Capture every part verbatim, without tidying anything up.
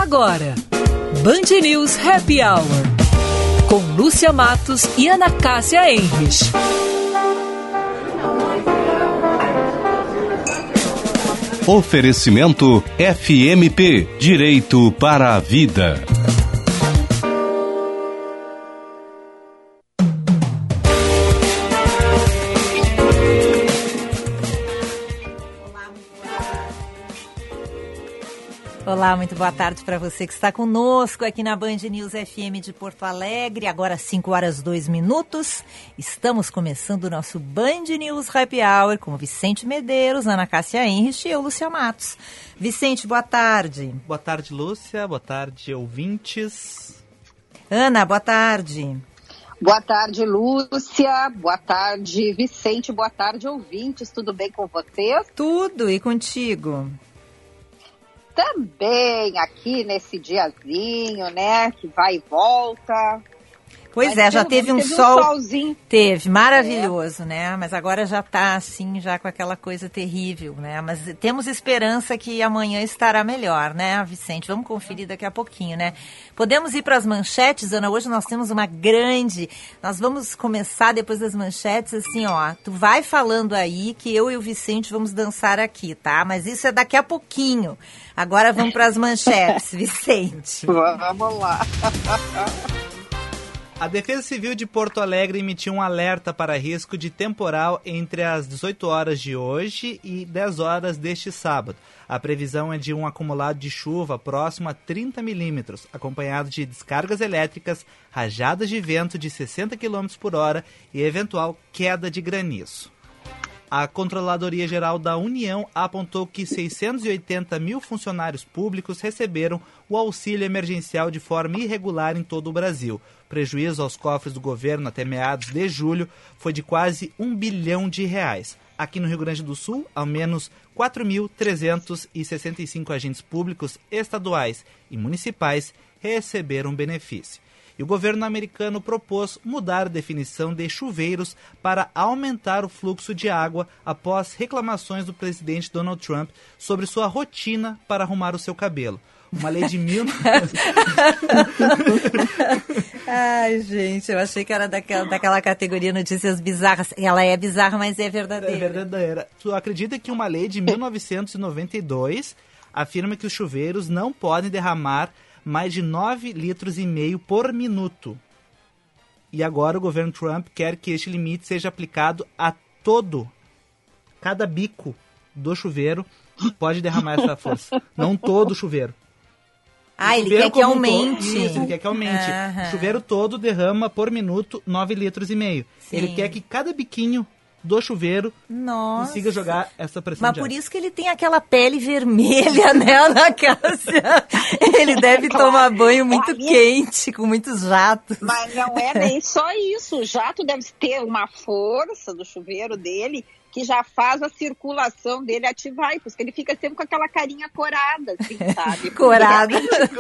Agora, Band News Happy Hour, com Lúcia Matos e Ana Cássia Enrich. Oferecimento F M P, Direito para a Vida. Olá, muito boa tarde para você que está conosco aqui na Band News F M de Porto Alegre. Agora cinco horas e dois minutos. Estamos começando o nosso Band News Happy Hour com o Vicente Medeiros, Ana Cássia Enrich e eu, Lúcia Matos. Vicente, boa tarde. Boa tarde, Lúcia. Boa tarde, ouvintes. Ana, boa tarde. Boa tarde, Lúcia. Boa tarde, Vicente. Boa tarde, ouvintes. Tudo bem com vocês? Tudo, e contigo? Também aqui nesse diazinho, né, que vai e volta. Pois Mas é, já teve um teve sol, um solzinho. Teve, maravilhoso, é. né? Mas agora já está assim, já com aquela coisa terrível, né? Mas temos esperança que amanhã estará melhor, né, Vicente? Vamos conferir daqui a pouquinho, né? Podemos ir para as manchetes, Ana? Hoje nós temos uma grande... Nós vamos começar depois das manchetes, assim, ó. Tu vai falando aí que eu e o Vicente vamos dançar aqui, tá? Mas isso é daqui a pouquinho. Agora vamos para as manchetes, Vicente. Vamos lá. A Defesa Civil de Porto Alegre emitiu um alerta para risco de temporal entre as dezoito horas de hoje e dez horas deste sábado. A previsão é de um acumulado de chuva próximo a trinta milímetros, acompanhado de descargas elétricas, rajadas de vento de sessenta quilômetros por hora e eventual queda de granizo. A Controladoria Geral da União apontou que seiscentos e oitenta mil funcionários públicos receberam o auxílio emergencial de forma irregular em todo o Brasil. O prejuízo aos cofres do governo até meados de julho foi de quase um bilhão de reais. Aqui no Rio Grande do Sul, ao menos quatro mil trezentos e sessenta e cinco agentes públicos estaduais e municipais receberam benefício. E o governo americano propôs mudar a definição de chuveiros para aumentar o fluxo de água após reclamações do presidente Donald Trump sobre sua rotina para arrumar o seu cabelo. Uma lei de mil... Ai, gente, eu achei que era daquela, daquela categoria notícias bizarras. Ela é bizarra, mas é verdadeira. É verdadeira. Tu acredita que uma lei de mil novecentos e noventa e dois afirma que os chuveiros não podem derramar mais de nove litros e meio por minuto. E agora o governo Trump quer que este limite seja aplicado a todo, cada bico do chuveiro pode derramar essa força. Não todo o chuveiro. Ah, ele quer que aumente. Todo, isso, ele quer que aumente. Aham. O chuveiro todo derrama por minuto nove litros e meio. Sim. Ele quer que cada biquinho do chuveiro Nossa. consiga jogar essa pressão. Mas de por água. isso que ele tem aquela pele vermelha, né, Ana Cássia? Ele deve Claro. tomar banho muito Ali- quente, com muitos jatos. Mas não é nem só isso. O jato deve ter uma força do chuveiro dele que já faz a circulação dele ativar, por isso que ele fica sempre com aquela carinha corada, assim, sabe? Corada.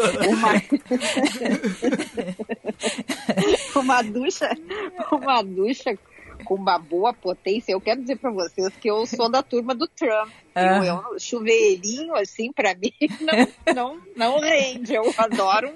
Uma... uma ducha, uma ducha com uma boa potência. Eu quero dizer para vocês que eu sou da turma do Trump. Ah. Eu, eu, chuveirinho, assim, para mim, não, não, não rende. Eu adoro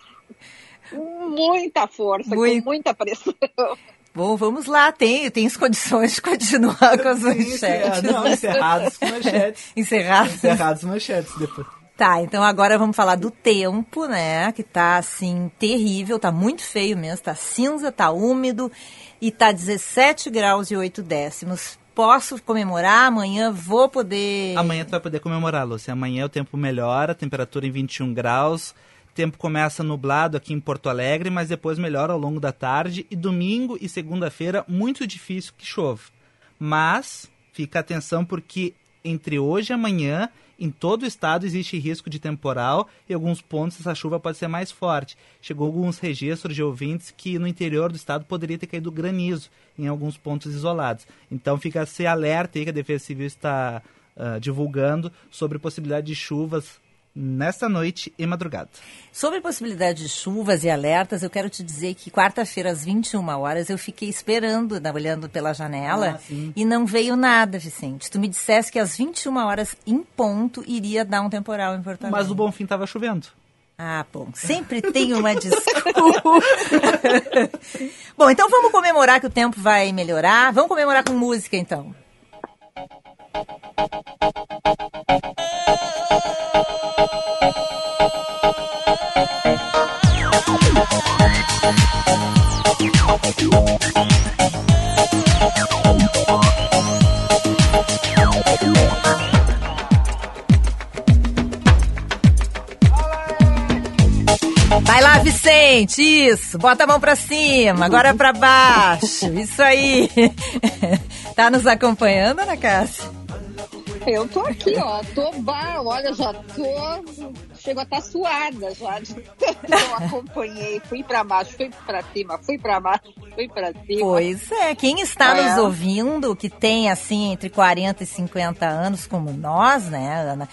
muita força, Muito. com muita pressão. Bom, vamos lá, tem, tem as condições de continuar com as manchetes. Não, encerrados com manchetes. Encerrados. Encerrados manchetes depois. Tá, então agora vamos falar do tempo, né, que tá assim, terrível, tá muito feio mesmo, tá cinza, tá úmido e tá dezessete graus e oito décimos. Posso comemorar, amanhã vou poder... Amanhã tu vai poder comemorar, Lúcia. Amanhã o tempo melhora, temperatura em vinte e um graus, tempo começa nublado aqui em Porto Alegre, mas depois melhora ao longo da tarde e domingo e segunda-feira muito difícil que chova. Mas fica atenção porque entre hoje e amanhã em todo o estado existe risco de temporal e em alguns pontos essa chuva pode ser mais forte. Chegou alguns registros de ouvintes que no interior do estado poderia ter caído granizo em alguns pontos isolados. Então fica esse alerta aí que a Defesa Civil está uh, divulgando sobre possibilidade de chuvas nesta noite e madrugada. Sobre possibilidade de chuvas e alertas, eu quero te dizer que quarta-feira às vinte e uma horas eu fiquei esperando, olhando pela janela, ah, e não veio nada, Vicente. Tu me dissesse que às vinte e uma horas em ponto iria dar um temporal em Porto Alegre. Mas o Bonfim estava chovendo. Ah, bom, sempre tem uma desculpa. Bom, então vamos comemorar que o tempo vai melhorar. Vamos comemorar com música, então. Vai lá, Vicente, isso, bota a mão pra cima, agora pra baixo, isso aí. Tá nos acompanhando, Ana Cássia? Eu tô aqui, ó, tô bar, olha, já tô, chego a estar suada já, de tanto que eu acompanhei, fui pra baixo, fui pra cima, fui pra baixo, fui pra cima. Pois é, quem está é. nos ouvindo, que tem assim entre quarenta e cinquenta anos, como nós, né, Ana,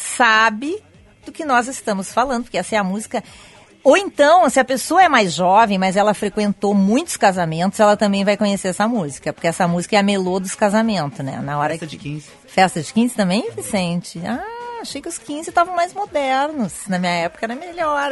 sabe do que nós estamos falando, porque essa é a música. Ou então, se a pessoa é mais jovem, mas ela frequentou muitos casamentos, ela também vai conhecer essa música, porque essa música é a melô dos casamentos, né? Na hora Festa que... de quinze. Festa de quinze também, Vicente? Ah, achei que os quinze estavam mais modernos. Na minha época era melhor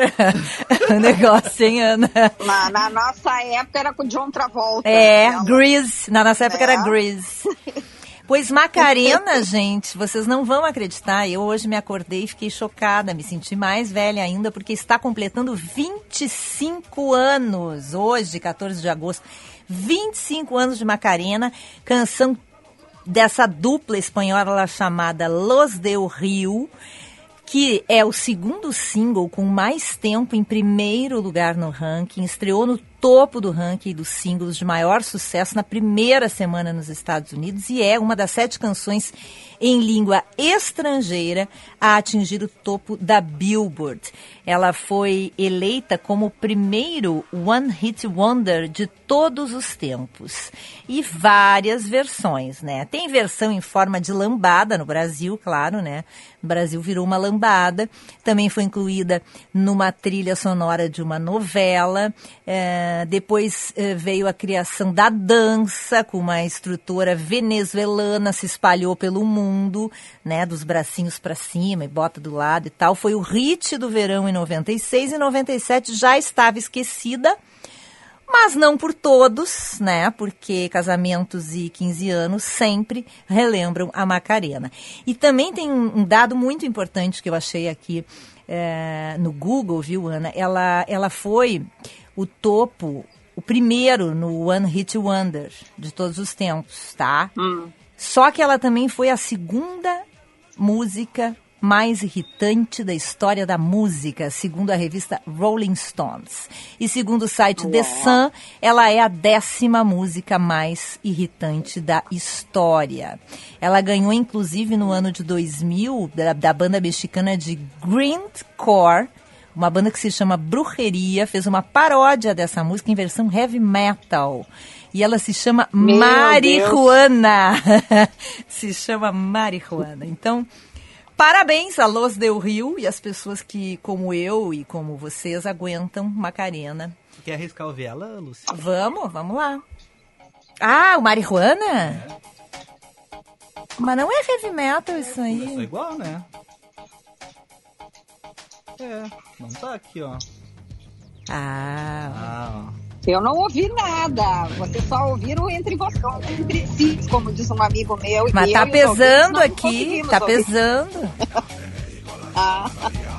o negócio, hein, Ana? Na, na nossa época era com o John Travolta. É, né? Grease. Na nossa época É. era Grease. Pois Macarena, gente, vocês não vão acreditar, eu hoje me acordei e fiquei chocada, me senti mais velha ainda, porque está completando vinte e cinco anos, hoje, quatorze de agosto, vinte e cinco anos de Macarena, canção dessa dupla espanhola chamada Los del Rio, que é o segundo single com mais tempo em primeiro lugar no ranking, estreou no topo do ranking dos singles de maior sucesso na primeira semana nos Estados Unidos e é uma das sete canções em língua estrangeira a atingir o topo da Billboard. Ela foi eleita como o primeiro One Hit Wonder de todos os tempos. E várias versões, né? Tem versão em forma de lambada no Brasil, claro, né? No Brasil virou uma lambada. Também foi incluída numa trilha sonora de uma novela. É, depois é, veio a criação da dança, com uma instrutora venezuelana, se espalhou pelo mundo, né? Dos bracinhos para cima e bota do lado e tal. Foi o hit do verão em noventa e seis e noventa e sete já estava esquecida, mas não por todos, né? Porque casamentos e quinze anos sempre relembram a Macarena. E também tem um, um dado muito importante que eu achei aqui é, no Google, viu, Ana? Ela, ela foi o topo, o primeiro no One Hit Wonder de todos os tempos, tá? Hum. Só que ela também foi a segunda música mais irritante da história da música, segundo a revista Rolling Stones. E segundo o site Uau. The Sun, ela é a décima música mais irritante da história. Ela ganhou, inclusive, no ano de dois mil, da, da banda mexicana de Grindcore, uma banda que se chama Brujeria, fez uma paródia dessa música em versão heavy metal. E ela se chama Meu Marihuana. Se chama Marihuana. Então, parabéns a Los del Rio e as pessoas que, como eu e como vocês, aguentam Macarena. Quer arriscar ouvir ela, Lúcia? Vamos, vamos lá. Ah, o Marihuana? É. Mas não é heavy metal isso aí. Começou igual, né? É, não tá aqui, ó. Ah, Ah, ó. Eu não ouvi nada, vocês só ouviram entre vocês, entre si, como diz um amigo meu. mas e tá eu e os ouvintes pesando não aqui, conseguimos tá ouvir. pesando. Ah.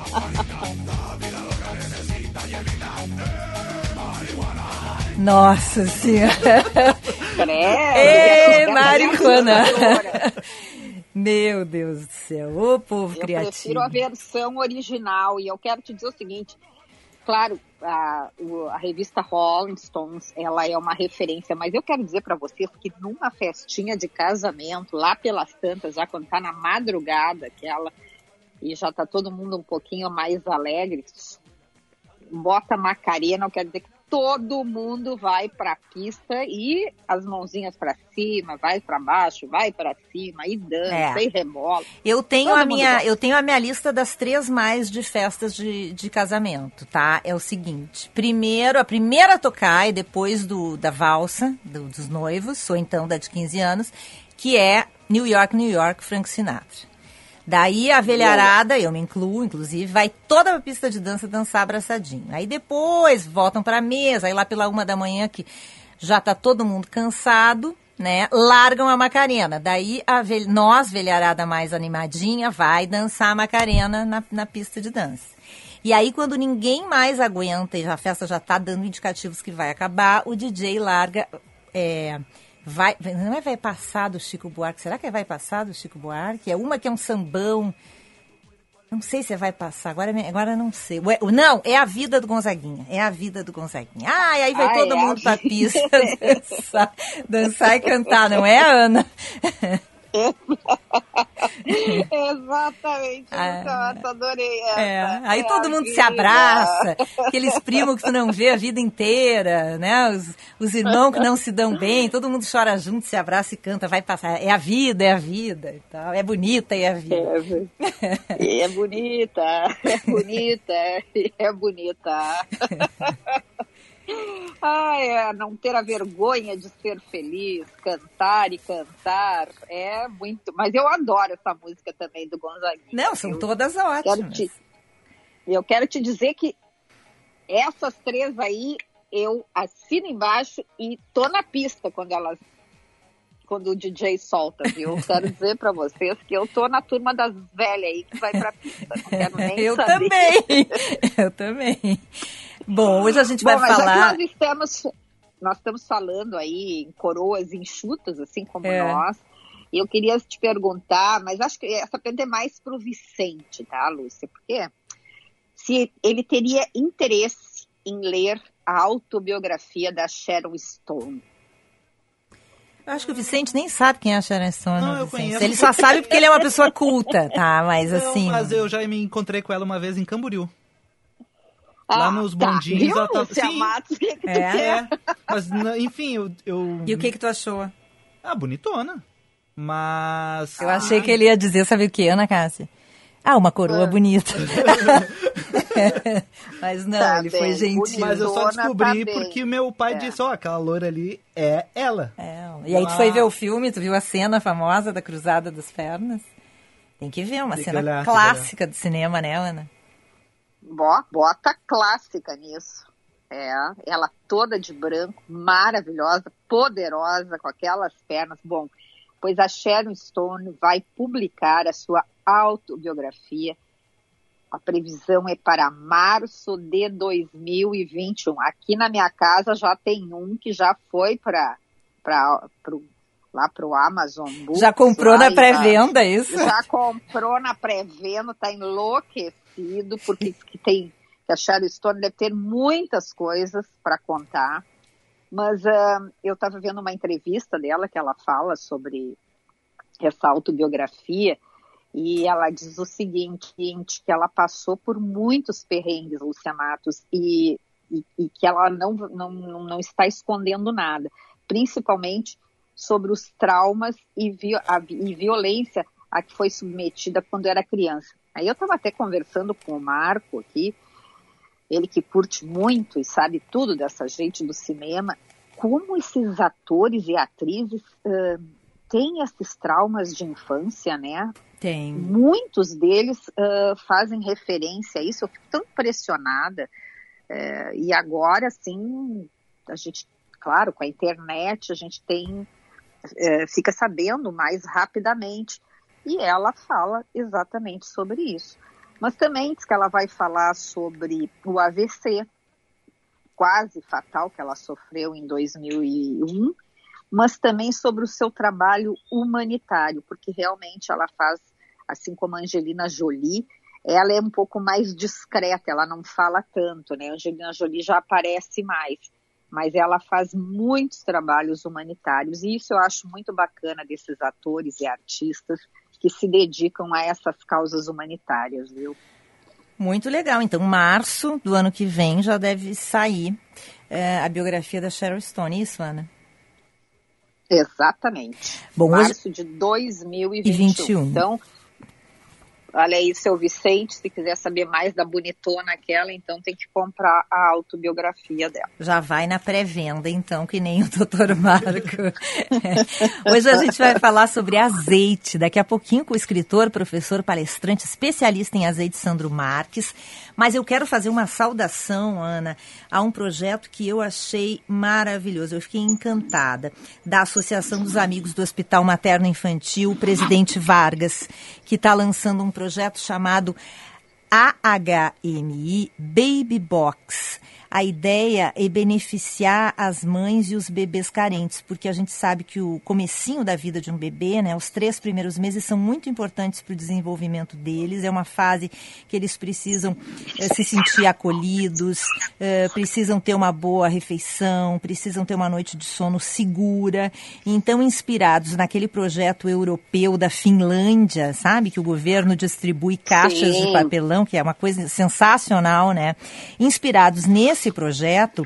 Nossa Senhora. Credo, Ei, essa Marihuana. versão. Meu Deus do céu, ô povo Eu criativo. prefiro a versão original e eu quero te dizer o seguinte, claro, a, o- a revista Rolling Stones, ela é uma referência, mas eu quero dizer para vocês que numa festinha de casamento, lá pelas tantas, já quando tá na madrugada, aquela, e já tá todo mundo um pouquinho mais alegre, bota Macarena, eu quero dizer que todo mundo vai pra pista e as mãozinhas pra cima, vai pra baixo, vai pra cima, e dança, É. e rebola. Eu tenho, Todo a mundo minha, gosta. eu tenho a minha lista das três mais de festas de, de casamento, tá? É o seguinte, primeiro, a primeira a tocar e depois do, da valsa, do- dos noivos, ou então da de quinze anos, que é New York, New York, Frank Sinatra. Daí a velharada, eu me incluo, inclusive, vai toda a pista de dança dançar abraçadinho. Aí depois voltam para a mesa, aí lá pela uma da manhã que já tá todo mundo cansado, né? Largam a Macarena. Daí a vel... nós, velharada mais animadinha, vai dançar a Macarena na, na pista de dança. E aí quando ninguém mais aguenta e a festa já tá dando indicativos que vai acabar, o D J larga... É... Vai, não é vai passar do Chico Buarque? Será que é vai passar do Chico Buarque? É uma que é um sambão. Não sei se é vai passar, agora, agora não sei. Ué, não, é a vida do Gonzaguinha. É a vida do Gonzaguinha. Ah, e aí vai ah, todo é mundo pra pista dançar, dançar e cantar, não é, Ana? Exatamente, ah, então, adorei essa. É. Aí é todo mundo vida. Se abraça, aqueles primos que tu não vê a vida inteira, né? Os, os irmãos que não se dão bem, todo mundo chora junto, se abraça e canta, vai passar. É a vida, é a vida e tal. É bonita e é a vida. É, é bonita, é bonita, é bonita. Ah, é, não ter a vergonha de ser feliz, cantar e cantar, é muito... Mas eu adoro essa música também do Gonzaguinha. Não, são eu todas ótimas. Quero te, eu quero te dizer que essas três aí, eu assino embaixo e tô na pista quando elas... Quando o D J solta, viu? Quero dizer pra vocês que eu tô na turma das velhas aí que vai pra pista. Não quero nem eu saber. Também, eu também. Bom, hoje a gente Bom, vai mas falar... Já que nós estamos, nós estamos falando aí em coroas enxutas, assim como é. nós, e eu queria te perguntar, mas acho que essa pergunta é mais pro Vicente, tá, Lúcia? Porque se ele teria interesse em ler a autobiografia da Sharon Stone. Eu acho que o Vicente nem sabe quem é a Sharon Stone. Não, eu conheço. Ele só sabe porque ele é uma pessoa culta, tá? Mas não, assim... mas eu já me encontrei com ela uma vez em Camboriú. Ah, lá nos bondinhos. Tá. Ela tá... Sim, Matos, que que é, é. Mas, enfim, eu, eu... E o que que tu achou? Ah, bonitona. Mas... Eu achei ah. que ele ia dizer, sabe o que, Ana Cássia? Ah, uma coroa ah. bonita. Mas não, tá ele bem, foi gentil. Mas eu só descobri tá porque o meu pai é. disse, ó, oh, aquela loura ali é ela. É. E aí tu foi ver o filme, tu viu a cena famosa da Cruzada das Pernas? Tem que ver, uma Tem cena olhar, clássica do cinema, né, Ana? Bota clássica nisso. É, ela toda de branco, maravilhosa, poderosa, com aquelas pernas. Bom, pois a Sharon Stone vai publicar a sua autobiografia. A previsão é para março de dois mil e vinte e um. Aqui na minha casa já tem um que já foi para lá para o Amazon Books. Já comprou na pré-venda, isso? Já comprou na pré-venda, está enlouquecido. Porque que tem, que a Sharon Stone deve ter muitas coisas para contar, mas uh, eu estava vendo uma entrevista dela que ela fala sobre essa autobiografia e ela diz o seguinte, que ela passou por muitos perrengues, Lúcia Matos, e, e, e que ela não, não, não está escondendo nada, principalmente sobre os traumas e, vi, a, e violência a que foi submetida quando era criança. Aí eu estava até conversando com o Marco aqui, ele que curte muito e sabe tudo dessa gente do cinema, como esses atores e atrizes uh, têm esses traumas de infância, né? Tem. Muitos deles uh, fazem referência a isso, eu fico tão impressionada. Uh, e agora, assim, a gente, claro, com a internet, a gente tem, uh, fica sabendo mais rapidamente. E ela fala exatamente sobre isso. Mas também diz que ela vai falar sobre o A V C, quase fatal que ela sofreu em dois mil e um, mas também sobre o seu trabalho humanitário, porque realmente ela faz, assim como a Angelina Jolie, ela é um pouco mais discreta, ela não fala tanto, né? A Angelina Jolie já aparece mais, mas ela faz muitos trabalhos humanitários, e isso eu acho muito bacana desses atores e artistas que se dedicam a essas causas humanitárias, viu? Muito legal. Então, março do ano que vem já deve sair é, a biografia da Sharon Stone, isso, Ana? Exatamente. Bom, março hoje... de dois mil e vinte e um. Então, Olha aí, seu Vicente, se quiser saber mais da bonitona aquela, então tem que comprar a autobiografia dela. Já vai na pré-venda, então, que nem o doutor Marco. Hoje a gente vai falar sobre azeite. Daqui a pouquinho com o escritor, professor, palestrante, especialista em azeite, Sandro Marques. Mas eu quero fazer uma saudação, Ana, a um projeto que eu achei maravilhoso. Eu fiquei encantada. Da Associação dos Amigos do Hospital Materno Infantil, Presidente Vargas, que está lançando um projeto chamado A H M I Baby Box. A ideia é beneficiar as mães e os bebês carentes, porque a gente sabe que o comecinho da vida de um bebê, né, os três primeiros meses são muito importantes para o desenvolvimento deles. É uma fase que eles precisam eh, se sentir acolhidos, eh, precisam ter uma boa refeição, precisam ter uma noite de sono segura. Então, inspirados naquele projeto europeu da Finlândia, sabe, que o governo distribui caixas Sim. de papelão, que é uma coisa sensacional, né? Inspirados nesse Esse projeto,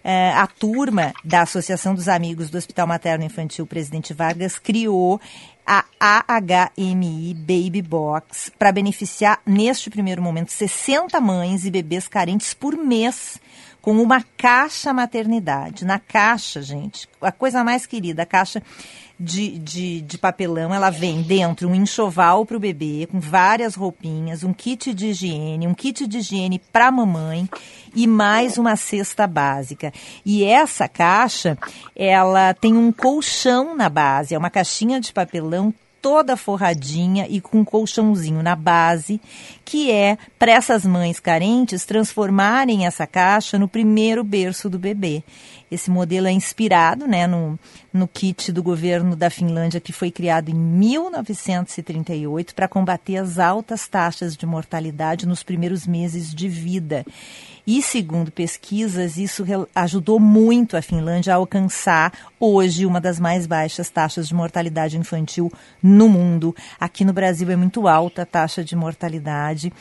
a turma da Associação dos Amigos do Hospital Materno Infantil Presidente Vargas criou a A H M I Baby Box para beneficiar, neste primeiro momento, sessenta mães e bebês carentes por mês, com uma caixa maternidade. Na caixa, gente, a coisa mais querida, a caixa de, de, de papelão, ela vem dentro um enxoval para o bebê, com várias roupinhas, um kit de higiene, um kit de higiene para a mamãe e mais uma cesta básica. E essa caixa, ela tem um colchão na base, é uma caixinha de papelão toda forradinha e com um colchãozinho na base, que é para essas mães carentes transformarem essa caixa no primeiro berço do bebê. Esse modelo é inspirado, né, no, no kit do governo da Finlândia, que foi criado em mil novecentos e trinta e oito para combater as altas taxas de mortalidade nos primeiros meses de vida. E, segundo pesquisas, isso ajudou muito a Finlândia a alcançar hoje uma das mais baixas taxas de mortalidade infantil no mundo. Aqui no Brasil é muito alta a taxa de mortalidade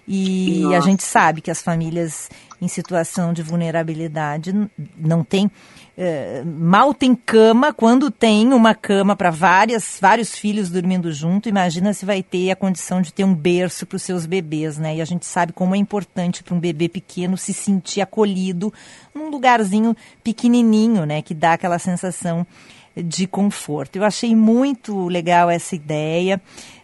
e Nossa. A gente sabe que as famílias em situação de vulnerabilidade não tem, eh, mal tem cama. Quando tem uma cama para várias vários filhos dormindo junto, imagina se vai ter a condição de ter um berço para os seus bebês, né? E a gente sabe como é importante para um bebê pequeno se sentir acolhido num lugarzinho pequenininho, né? Que dá aquela sensação de conforto. Eu achei muito legal essa ideia.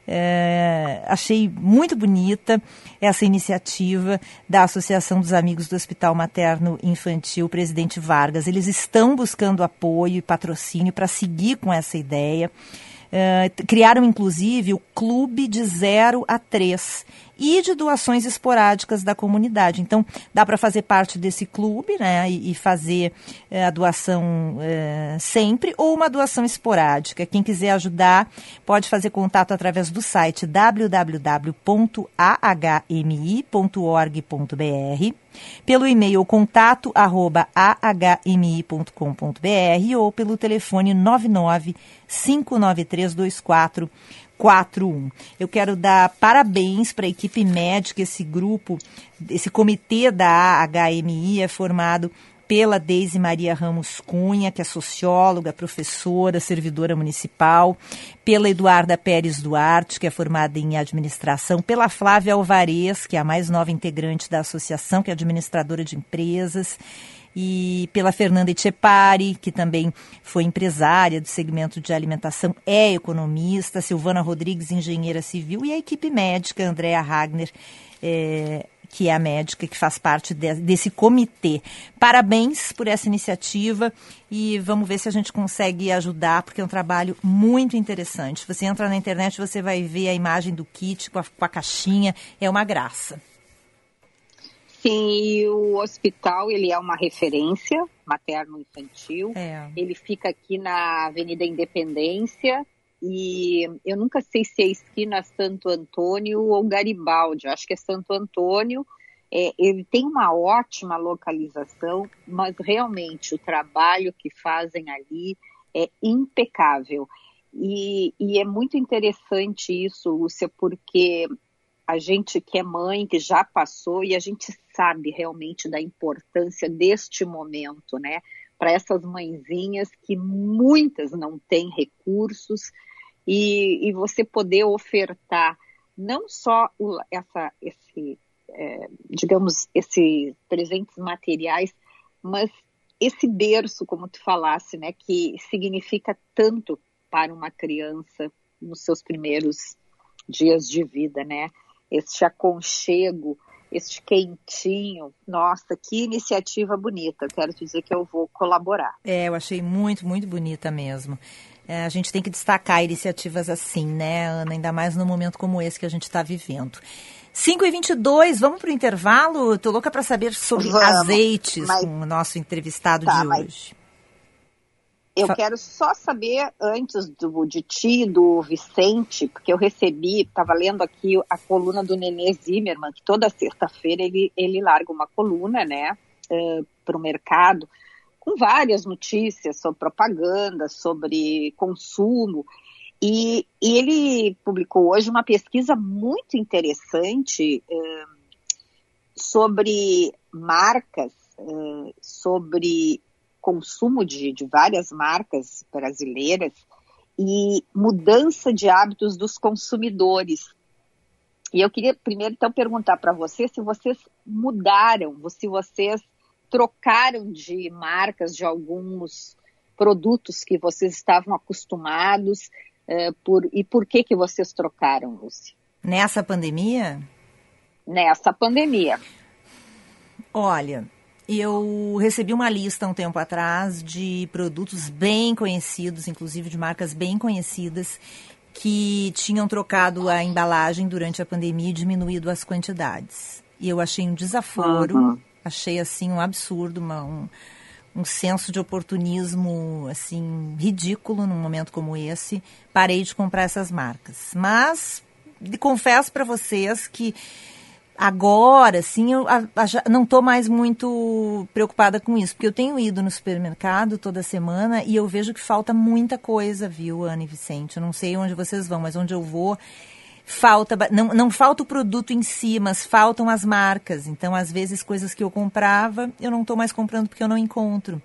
É, achei muito bonita essa iniciativa da Associação dos Amigos do Hospital Materno Infantil Presidente Vargas. Eles estão buscando apoio e patrocínio para seguir com essa ideia. É, criaram, inclusive, o Clube de zero a três e de doações esporádicas da comunidade. Então, dá para fazer parte desse clube, né, e, e fazer é, a doação é, sempre, ou uma doação esporádica. Quem quiser ajudar, pode fazer contato através do site w w w ponto a h m i ponto org ponto b r, pelo e-mail contato arroba a h m i ponto com ponto b r ou pelo telefone nove nove cinco nove três dois quatro quatro um. Eu quero dar parabéns para a equipe médica. Esse grupo, esse comitê da A H M I é formado pela Deise Maria Ramos Cunha, que é socióloga, professora, servidora municipal, pela Eduarda Pérez Duarte, que é formada em administração, pela Flávia Alvarez, que é a mais nova integrante da associação, que é administradora de empresas, e pela Fernanda Etchepari, que também foi empresária do segmento de alimentação, é economista, Silvana Rodrigues, engenheira civil, e a equipe médica, Andréa Ragner, é, que é a médica que faz parte de, desse comitê. Parabéns por essa iniciativa e vamos ver se a gente consegue ajudar, porque é um trabalho muito interessante. Você entra na internet, você vai ver a imagem do kit com a, com a caixinha, é uma graça. Sim, e o hospital, ele é uma referência materno-infantil. É. Ele fica aqui na Avenida Independência e eu nunca sei se é esquina Santo Antônio ou Garibaldi, eu acho que é Santo Antônio. É, ele tem uma ótima localização, mas realmente o trabalho que fazem ali é impecável. E, e é muito interessante isso, Lúcia, porque a gente que é mãe, que já passou, e a gente sabe realmente da importância deste momento, né? Para essas mãezinhas que muitas não têm recursos e, e você poder ofertar não só o, essa, esse, é, digamos, esses presentes materiais, mas esse berço, como tu falasse, né, que significa tanto para uma criança nos seus primeiros dias de vida, né? Este aconchego, este quentinho. Nossa, que iniciativa bonita. Quero te dizer que eu vou colaborar. É, eu achei muito, muito bonita mesmo. É, a gente tem que destacar iniciativas assim, né, Ana? Ainda mais num momento como esse que a gente está vivendo. cinco e vinte e dois, vamos para o intervalo? Estou louca para saber sobre vamos, azeites mas... com o nosso entrevistado tá, de mas... hoje. Eu Fa... quero só saber, antes do, de ti, do Vicente, porque eu recebi, estava lendo aqui a coluna do Nenê Zimmermann, que toda sexta-feira ele, ele larga uma coluna, né, uh, para o mercado, com várias notícias sobre propaganda, sobre consumo, e, e ele publicou hoje uma pesquisa muito interessante uh, sobre marcas, uh, sobre consumo de, de várias marcas brasileiras e mudança de hábitos dos consumidores. E eu queria primeiro então perguntar para vocês se vocês mudaram, se vocês trocaram de marcas de alguns produtos que vocês estavam acostumados uh, por, e por que que vocês trocaram, Lúcia? Nessa pandemia? Nessa pandemia. Olha, eu recebi uma lista um tempo atrás de produtos bem conhecidos, inclusive de marcas bem conhecidas, que tinham trocado a embalagem durante a pandemia e diminuído as quantidades. E eu achei um desaforo, uhum. achei assim um absurdo, uma, um, um senso de oportunismo assim ridículo num momento como esse. Parei de comprar essas marcas. Mas confesso para vocês que agora, sim, eu a, a, não estou mais muito preocupada com isso, porque eu tenho ido no supermercado toda semana e eu vejo que falta muita coisa, viu, Ana e Vicente? Eu não sei onde vocês vão, mas onde eu vou, falta, não, não falta o produto em si, mas faltam as marcas. Então, às vezes, coisas que eu comprava, eu não estou mais comprando porque eu não encontro.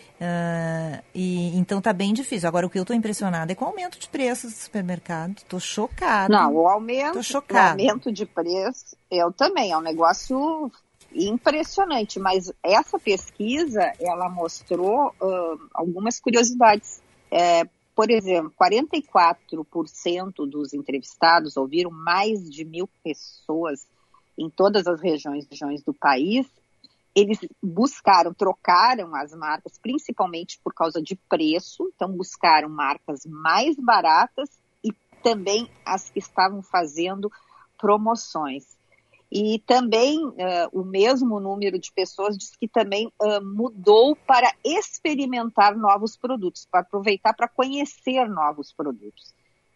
Uh, e, então tá bem difícil. Agora o que eu tô impressionada é com o aumento de preços do supermercado. Tô chocada. Não, o aumento, tô chocada. O aumento de preço, eu também, é um negócio impressionante. Mas essa pesquisa, ela mostrou uh, algumas curiosidades. É, por exemplo, quarenta e quatro por cento dos entrevistados ouviram, mais de mil pessoas em todas as regiões, regiões do país. Eles buscaram, trocaram as marcas, principalmente por causa de preço. Então, buscaram marcas mais baratas e também as que estavam fazendo promoções. E também uh, o mesmo número de pessoas diz que também uh, mudou para experimentar novos produtos, para aproveitar para conhecer novos produtos.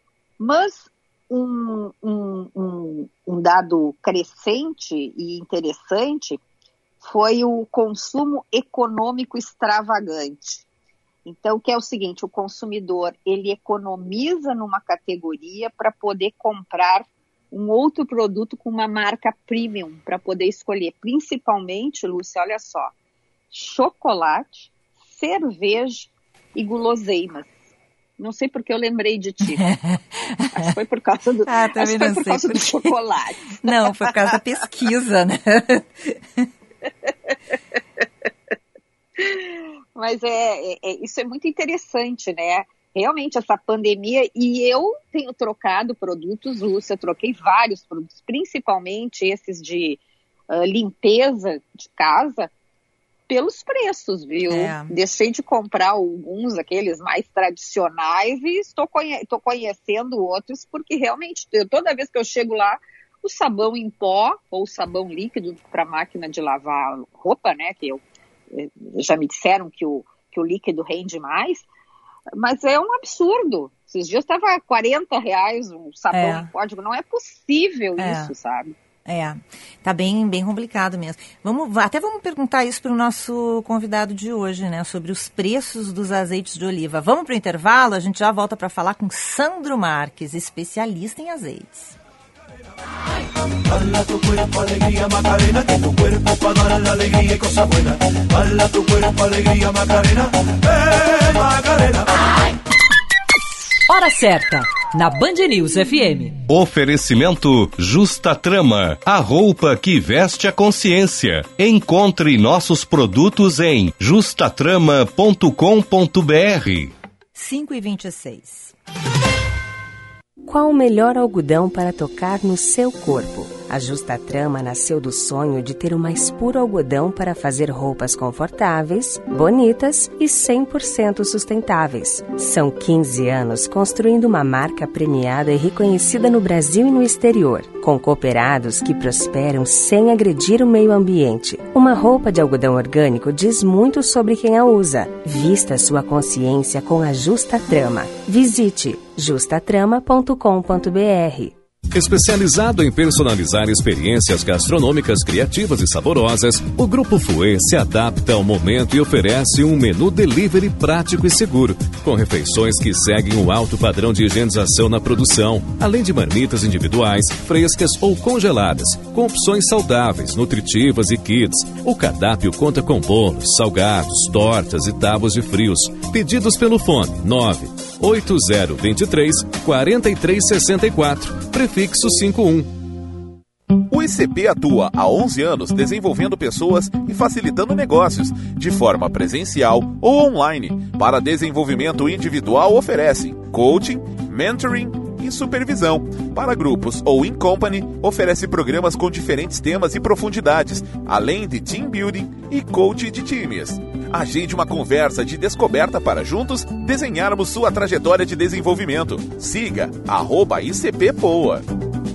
Mas um, um, um, um dado crescente e interessante foi o consumo econômico extravagante. Então, que é o seguinte, o consumidor, ele economiza numa categoria para poder comprar um outro produto com uma marca premium, para poder escolher, principalmente, Lúcia, olha só, chocolate, cerveja e guloseimas. Não sei porque eu lembrei de ti. Acho que foi por causa do, ah, acho que foi por causa do chocolate. Não, foi por causa da pesquisa, né? Mas é, é, isso é muito interessante, né? Realmente essa pandemia, e eu tenho trocado produtos, Lúcia, troquei vários produtos, principalmente esses de uh, limpeza de casa, pelos preços, viu? É. Deixei de comprar alguns, aqueles mais tradicionais, e estou, conhe- estou conhecendo outros, porque realmente, eu, toda vez que eu chego lá, o sabão em pó ou sabão líquido para máquina de lavar roupa, né? Que eu, já me disseram que o, que o líquido rende mais, mas é um absurdo. Esses dias estava quarenta reais um sabão é. em pó. Não é possível é. isso, sabe? É, tá bem, bem complicado mesmo. Vamos, até vamos perguntar isso para o nosso convidado de hoje, né? Sobre os preços dos azeites de oliva. Vamos para o intervalo, a gente já volta para falar com Sandro Marques, especialista em azeites. Bala tu cuerpo, alegría, Macarena, que tu cuerpo pa' dar la alegría y cosa buena. Bala tu cuerpo, alegría, Macarena, eh, Macarena. Hora certa, na Band News F M. Oferecimento Justa Trama, a roupa que veste a consciência. Encontre nossos produtos em justa trama ponto com ponto b r. cinco e vinte e seis. Qual o melhor algodão para tocar no seu corpo? A Justa Trama nasceu do sonho de ter o mais puro algodão para fazer roupas confortáveis, bonitas e cem por cento sustentáveis. São quinze anos construindo uma marca premiada e reconhecida no Brasil e no exterior, com cooperados que prosperam sem agredir o meio ambiente. Uma roupa de algodão orgânico diz muito sobre quem a usa. Vista sua consciência com a Justa Trama. Visite justa trama ponto com ponto b r. Especializado em personalizar experiências gastronômicas criativas e saborosas, o Grupo Fouet se adapta ao momento e oferece um menu delivery prático e seguro, com refeições que seguem um alto padrão de higienização na produção, além de marmitas individuais, frescas ou congeladas, com opções saudáveis, nutritivas e kits. O cardápio conta com bolos, salgados, tortas e tábuas de frios. Pedidos pelo fone nove oito zero dois três quatro três seis quatro, prefixo cinquenta e um. O I C P atua há onze anos desenvolvendo pessoas e facilitando negócios, de forma presencial ou online. Para desenvolvimento individual oferece coaching, mentoring e supervisão. Para grupos ou in company, oferece programas com diferentes temas e profundidades, além de team building e coaching de times. Agende uma conversa de descoberta para juntos desenharmos sua trajetória de desenvolvimento. Siga arroba I C P Poa.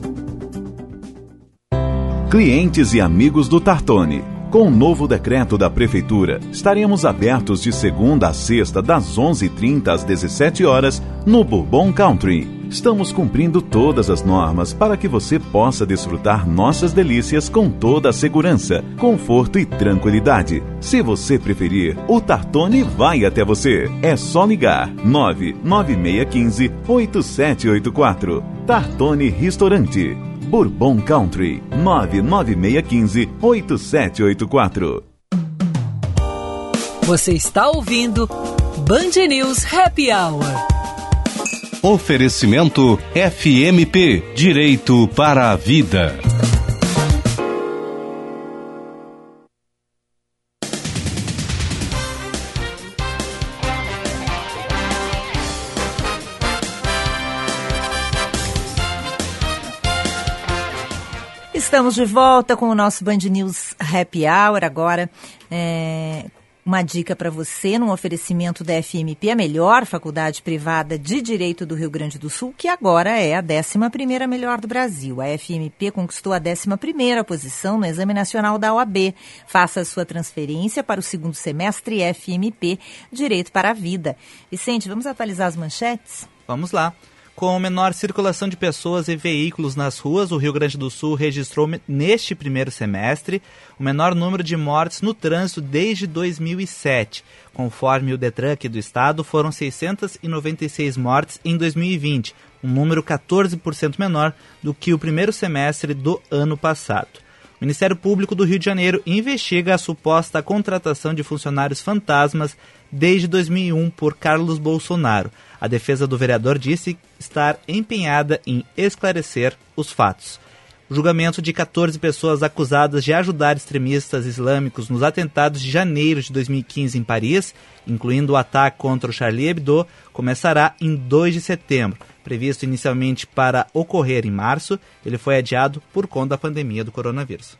Clientes e amigos do Tartone. Com o novo decreto da Prefeitura, estaremos abertos de segunda a sexta, das onze e trinta às dezessete horas, no Bourbon Country. Estamos cumprindo todas as normas para que você possa desfrutar nossas delícias com toda a segurança, conforto e tranquilidade. Se você preferir, o Tartone vai até você. É só ligar nove nove seis um cinco oito sete oito quatro. Tartone Restaurante. Bourbon Country, nove nove seis um cinco oito sete oito quatro. Você está ouvindo Band News Happy Hour. Oferecimento F M P, Direito para a Vida. Estamos de volta com o nosso Band News Happy Hour. Agora, é, uma dica para você, num oferecimento da F M P, a melhor faculdade privada de Direito do Rio Grande do Sul, que agora é a décima primeira melhor do Brasil. A F M P conquistou a décima primeira posição no Exame Nacional da O A B. Faça a sua transferência para o segundo semestre F M P Direito para a Vida. Vicente, vamos atualizar as manchetes? Vamos lá. Com menor circulação de pessoas e veículos nas ruas, o Rio Grande do Sul registrou neste primeiro semestre o menor número de mortes no trânsito desde dois mil e sete. Conforme o Detran aqui do estado, foram seiscentas e noventa e seis mortes em dois mil e vinte, um número quatorze por cento menor do que o primeiro semestre do ano passado. O Ministério Público do Rio de Janeiro investiga a suposta contratação de funcionários fantasmas desde dois mil e um por Carlos Bolsonaro. A defesa do vereador disse estar empenhada em esclarecer os fatos. O julgamento de quatorze pessoas acusadas de ajudar extremistas islâmicos nos atentados de janeiro de dois mil e quinze em Paris, incluindo o ataque contra o Charlie Hebdo, começará em dois de setembro. Previsto inicialmente para ocorrer em março, ele foi adiado por conta da pandemia do coronavírus.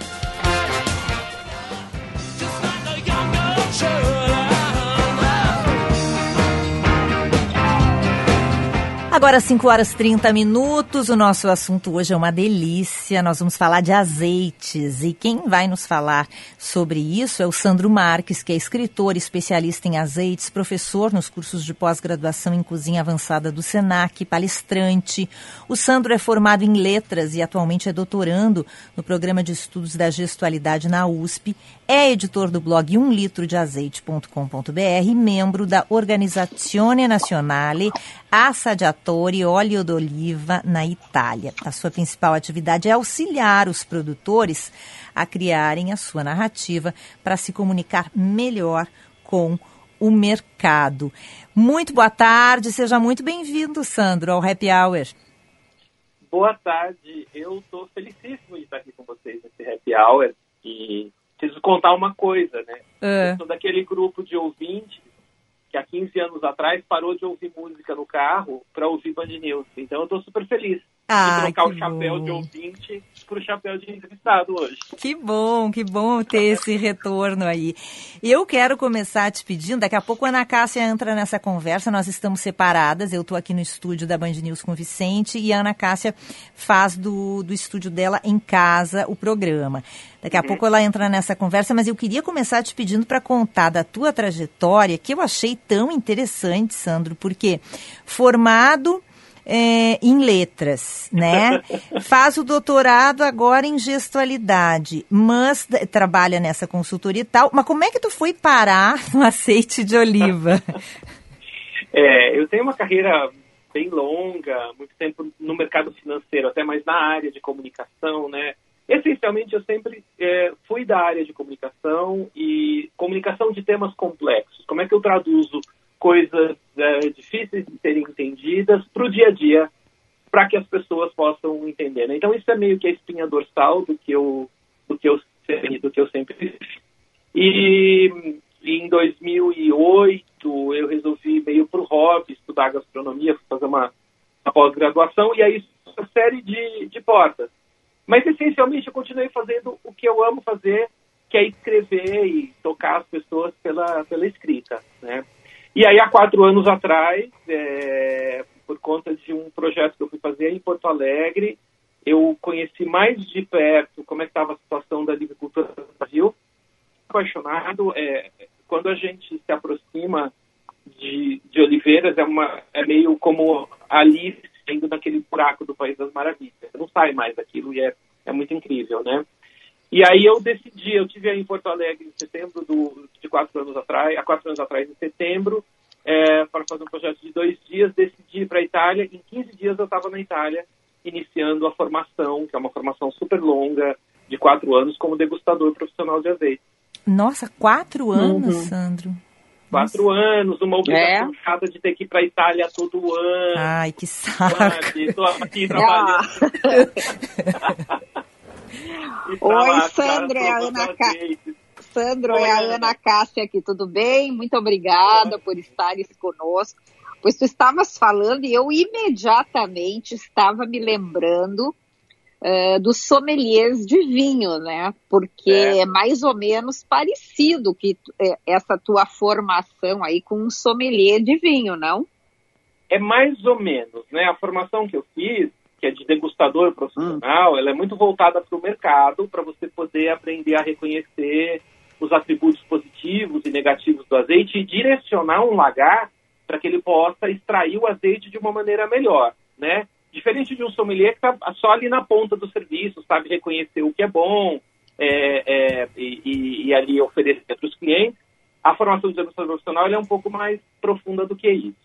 Agora cinco horas e trinta minutos, o nosso assunto hoje é uma delícia, nós vamos falar de azeites e quem vai nos falar sobre isso é o Sandro Marques, que é escritor, especialista em azeites, professor nos cursos de pós-graduação em cozinha avançada do Senac, palestrante. O Sandro é formado em letras e atualmente é doutorando no programa de estudos da gestualidade na U S P, é editor do blog um litro de azeite ponto com ponto b r e membro da Organizzazione Nazionale Assaggiatori Olio d'Oliva na Itália. A sua principal atividade é auxiliar os produtores a criarem a sua narrativa para se comunicar melhor com o mercado. Muito boa tarde, seja muito bem-vindo, Sandro, ao Happy Hour. Boa tarde, eu estou felicíssimo de estar aqui com vocês nesse Happy Hour e preciso contar uma coisa, né? Uh. Eu sou daquele grupo de ouvintes que há quinze anos atrás parou de ouvir música no carro para ouvir Band News. Então eu estou super feliz ah, de trocar o bom. chapéu de ouvinte para o chapéu de entrevistado hoje. Que bom, que bom ter esse retorno aí. Eu quero começar te pedindo, daqui a pouco a Ana Cássia entra nessa conversa, nós estamos separadas, eu estou aqui no estúdio da Band News com o Vicente e a Ana Cássia faz do, do estúdio dela em casa o programa. Daqui a uhum. pouco ela entra nessa conversa, mas eu queria começar te pedindo para contar da tua trajetória, que eu achei tão interessante, Sandro, porque formado é, em letras, né? Faz o doutorado agora em gestualidade, mas trabalha nessa consultoria e tal. Mas como é que tu foi parar no azeite de oliva? É, eu tenho uma carreira bem longa, muito tempo no mercado financeiro, até mais na área de comunicação, né? Essencialmente, eu sempre é, fui da área de comunicação e comunicação de temas complexos. Como é que eu traduzo coisas é, difíceis de serem entendidas para o dia a dia, para que as pessoas possam entender, né? Então, isso é meio que a espinha dorsal do que eu, do que eu, do que eu sempre fiz. E em dois mil e oito, eu resolvi, meio por hobby, estudar gastronomia, fazer uma, uma pós-graduação, e aí uma série de, de portas. Mas, essencialmente, eu continuei fazendo o que eu amo fazer, que é escrever e tocar as pessoas pela, pela escrita, né? E aí, há quatro anos atrás, é, por conta de um projeto que eu fui fazer em Porto Alegre, eu conheci mais de perto como é que estava a situação da agricultura no Brasil. Apaixonado, é, quando a gente se aproxima de, de oliveiras, é, uma, é meio como Alice indo naquele buraco do País das Maravilhas. Não sai mais daquilo e é, é muito incrível, né? E aí eu decidi, eu estive aí em Porto Alegre em setembro do, de quatro anos atrás, há quatro anos atrás, em setembro, é, para fazer um projeto de dois dias, decidi ir para a Itália. Em quinze dias eu estava na Itália, iniciando a formação, que é uma formação super longa, de quatro anos, como degustador profissional de azeite. Nossa, quatro anos, uhum. Sandro? Quatro Nossa. anos, uma obrigação é. chata de ter que ir para a Itália todo ano. Ai, que saco. Estou aqui trabalhando. Oi, Sandro, é a Ana Cássia. Sandro, Oi, é a Ana Cássia aqui, tudo bem? Muito obrigada por estares conosco. Pois tu estavas falando e eu imediatamente estava me lembrando uh, dos sommeliers de vinho, né? Porque é, é mais ou menos parecido que é, essa tua formação aí com um sommelier de vinho, não? É mais ou menos, né? A formação que eu fiz, que é de degustador profissional, hum. ela é muito voltada para o mercado, para você poder aprender a reconhecer os atributos positivos e negativos do azeite e direcionar um lagar para que ele possa extrair o azeite de uma maneira melhor, né? Diferente de um sommelier que está só ali na ponta do serviço, sabe reconhecer o que é bom é, é, e, e ali oferecer para os clientes, a formação de degustador profissional ela é um pouco mais profunda do que isso.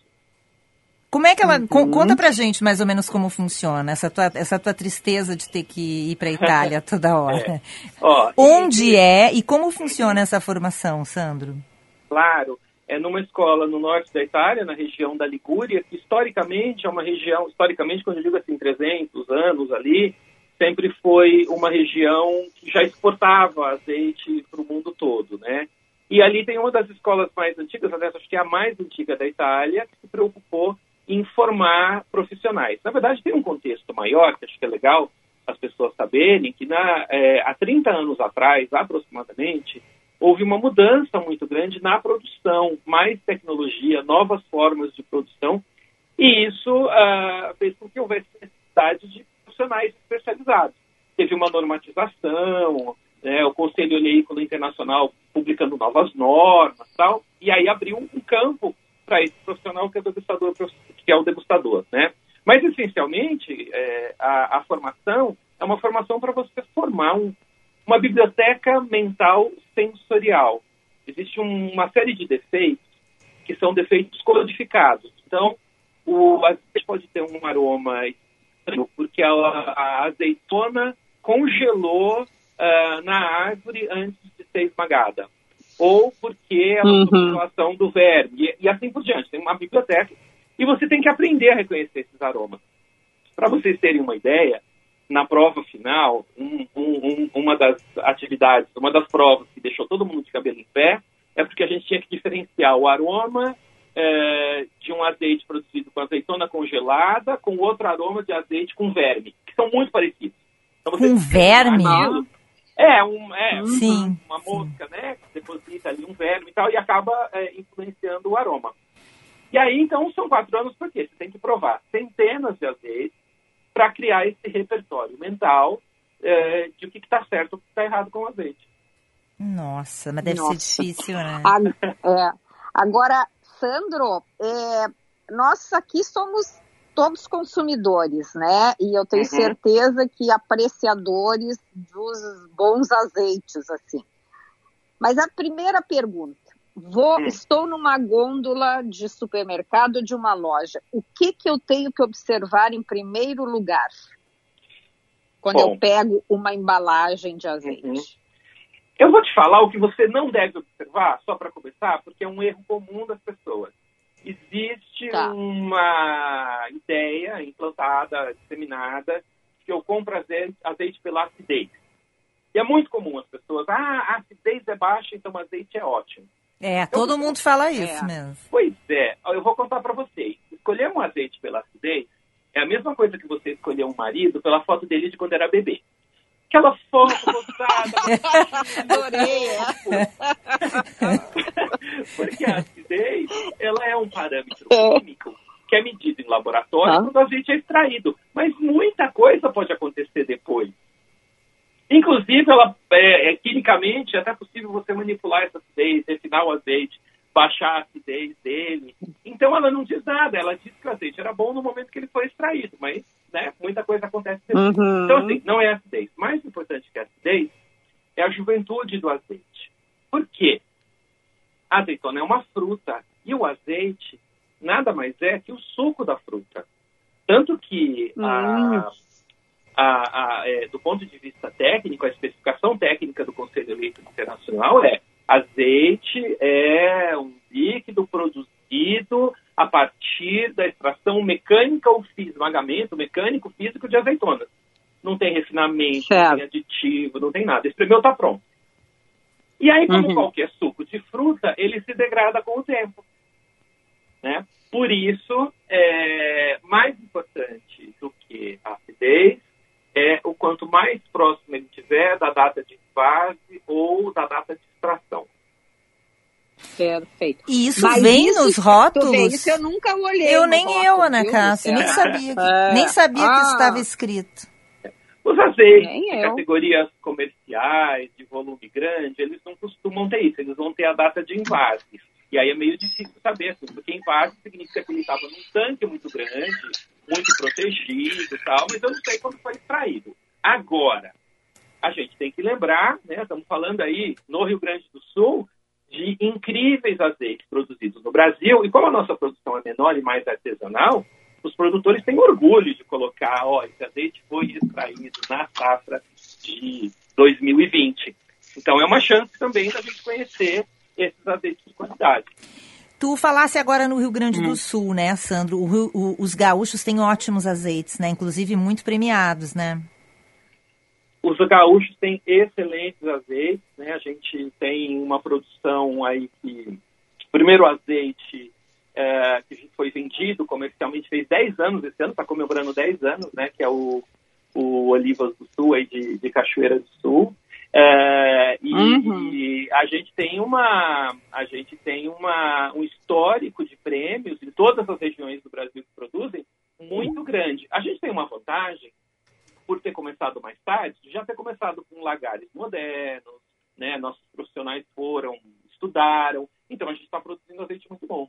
Como é que ela... Uhum. Conta pra gente mais ou menos como funciona essa tua, essa tua tristeza de ter que ir pra Itália toda hora. É. Ó, Onde e, é e como funciona essa formação, Sandro? Claro, é numa escola no norte da Itália, na região da Ligúria, que historicamente é uma região, historicamente quando eu digo assim, trezentos anos ali, sempre foi uma região que já exportava azeite para o mundo todo, né? E ali tem uma das escolas mais antigas, aliás, acho que é a mais antiga da Itália, que se preocupou em formar profissionais. Na verdade, tem um contexto maior, que acho que é legal as pessoas saberem, que na, é, há trinta anos atrás, aproximadamente, houve uma mudança muito grande na produção, mais tecnologia, novas formas de produção, e isso uh, fez com que houvesse necessidade de profissionais especializados. Teve uma normatização, né, o Conselho Oleícola Internacional publicando novas normas, tal, e aí abriu um campo para esse profissional que é o degustador, que é o degustador, né? Mas, essencialmente, é, a, a formação é uma formação para você formar um, uma biblioteca mental sensorial. Existe um, uma série de defeitos que são defeitos codificados. Então, o azeite pode ter um aroma estranho porque a, a azeitona congelou uh, na árvore antes de ser esmagada. Ou porque ela uhum. tem uma situação expressão do verme, e, e assim por diante. Tem uma biblioteca e você tem que aprender a reconhecer esses aromas. Para vocês terem uma ideia, na prova final, um, um, um, uma das atividades, uma das provas que deixou todo mundo de cabelo em pé, é porque a gente tinha que diferenciar o aroma é, de um azeite produzido com azeitona congelada com outro aroma de azeite com verme, que são muito parecidos. Então, com verme? Aquilo, é, um, é sim, uma, uma mosca, sim. né, que deposita ali um verme e tal, e acaba é, influenciando o aroma. E aí, então, são quatro anos, porque você tem que provar centenas de azeites para criar esse repertório mental é, de o que está certo e o que está errado com o azeite. Nossa, mas deve Nossa. ser difícil, né? A, é, agora, Sandro, é, nós aqui somos todos consumidores, né? E eu tenho uhum. certeza que apreciadores dos bons azeites, assim. Mas a primeira pergunta, vou, uhum. estou numa gôndola de supermercado de uma loja. O que que eu tenho que observar em primeiro lugar quando Bom. eu pego uma embalagem de azeite? Uhum. Eu vou te falar o que você não deve observar, só para começar, porque é um erro comum das pessoas. Existe tá. uma ideia implantada, disseminada, que eu compro azeite, azeite pela acidez. E é muito comum as pessoas, ah, a acidez é baixa, então o azeite é ótimo. É, todo eu, mundo fala isso é. mesmo. Pois é, eu vou contar para vocês. Escolher um azeite pela acidez é a mesma coisa que você escolher um marido pela foto dele de quando era bebê. Aquela foto gostada. Adorei, é. Porque a acidez, ela é um parâmetro químico que é medido em laboratório ah. quando o azeite é extraído. Mas muita coisa pode acontecer depois. Inclusive, ela, é, é, quimicamente, é até possível você manipular essa acidez, refinar o azeite, baixar a acidez dele. Então, ela não diz nada. Ela diz que o azeite era bom no momento que ele foi extraído, mas né, muita coisa acontece depois. Uhum. Então, assim, não é a acidez. Mais importante que a acidez é a juventude do azeite. Por quê? A azeitona é uma fruta e o azeite nada mais é que o suco da fruta. Tanto que, uhum. a, a, a, é, do ponto de vista técnico, a especificação técnica do Conselho Elétrico Internacional é azeite é um líquido produzido a partir da extração mecânica ou física, esmagamento mecânico físico de azeitonas. Não tem refinamento, certo. Não tem aditivo, não tem nada. Espremeu, está pronto. E aí, como uhum. qualquer suco de fruta, ele se degrada com o tempo. Né? Por isso, é, mais importante do que a acidez é o quanto mais próximo ele estiver da data de invase ou da data de extração. Perfeito. E isso Mas vem isso, nos rótulos? Bem, isso eu nunca olhei. Eu nem rótulo, eu, Ana Cássia, nem sabia, que, é. nem sabia ah. que isso estava escrito. Os azeites de categorias comerciais, de volume grande, eles não costumam ter isso, eles vão ter a data de invase. E aí é meio difícil saber, assim, porque invase significa que ele estava num tanque muito grande, muito protegido e tal, mas eu não sei quando foi extraído. Agora, a gente tem que lembrar, né, estamos falando aí no Rio Grande do Sul, de incríveis azeites produzidos no Brasil, e como a nossa produção é menor e mais artesanal, os produtores têm orgulho de colocar, ó, esse azeite foi extraído na safra de dois mil e vinte. Então é uma chance também da gente conhecer esses azeites de qualidade. Tu falasse agora no Rio Grande hum. do Sul, né, Sandro? O Rio, o, os gaúchos têm ótimos azeites, né? Inclusive muito premiados, né? Os gaúchos têm excelentes azeites, né? A gente tem uma produção aí que... O primeiro azeite é, que foi vendido comercialmente fez dez anos esse ano, está comemorando dez anos, né? Que é o, o Olivas do Sul, aí de, de Cachoeira do Sul. É, e, uhum. e a gente tem, uma, a gente tem uma, um histórico de prêmios em todas as regiões do Brasil que produzem muito grande. A gente tem uma vantagem, por ter começado mais tarde, já ter começado com lagares modernos, né? Nossos profissionais foram, estudaram, então a gente está produzindo azeite muito bom.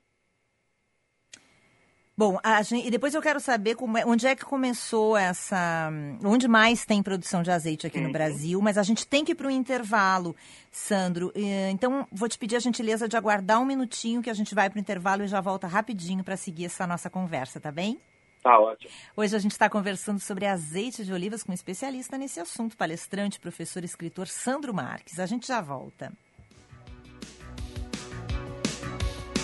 Bom, a gente, e depois eu quero saber como é, onde é que começou essa... Onde mais tem produção de azeite aqui uhum. no Brasil, mas a gente tem que ir para o intervalo, Sandro. Então, vou te pedir a gentileza de aguardar um minutinho que a gente vai para o intervalo e já volta rapidinho para seguir essa nossa conversa, tá bem? Tá ótimo. Hoje a gente está conversando sobre azeite de olivas com um especialista nesse assunto, palestrante, professor e escritor Sandro Marques. A gente já volta.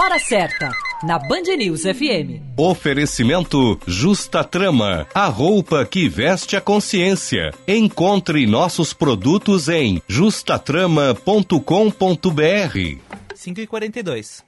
hora certa, na Band News F M. Oferecimento Justa Trama, a roupa que veste a consciência. Encontre nossos produtos em justa trama ponto com ponto b r. cinco e quarenta e dois.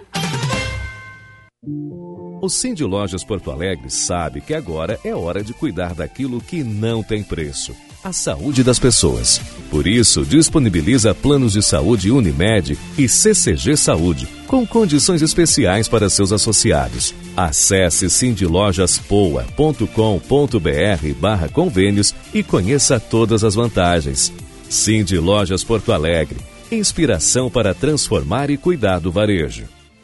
O Cindy Lojas Porto Alegre sabe que agora é hora de cuidar daquilo que não tem preço: a saúde das pessoas. Por isso, disponibiliza planos de saúde Unimed e C C G Saúde, com condições especiais para seus associados. Acesse cindy lojas poa ponto com ponto b r barra convênios e conheça todas as vantagens. Cindy Lojas Porto Alegre, inspiração para transformar e cuidar do varejo.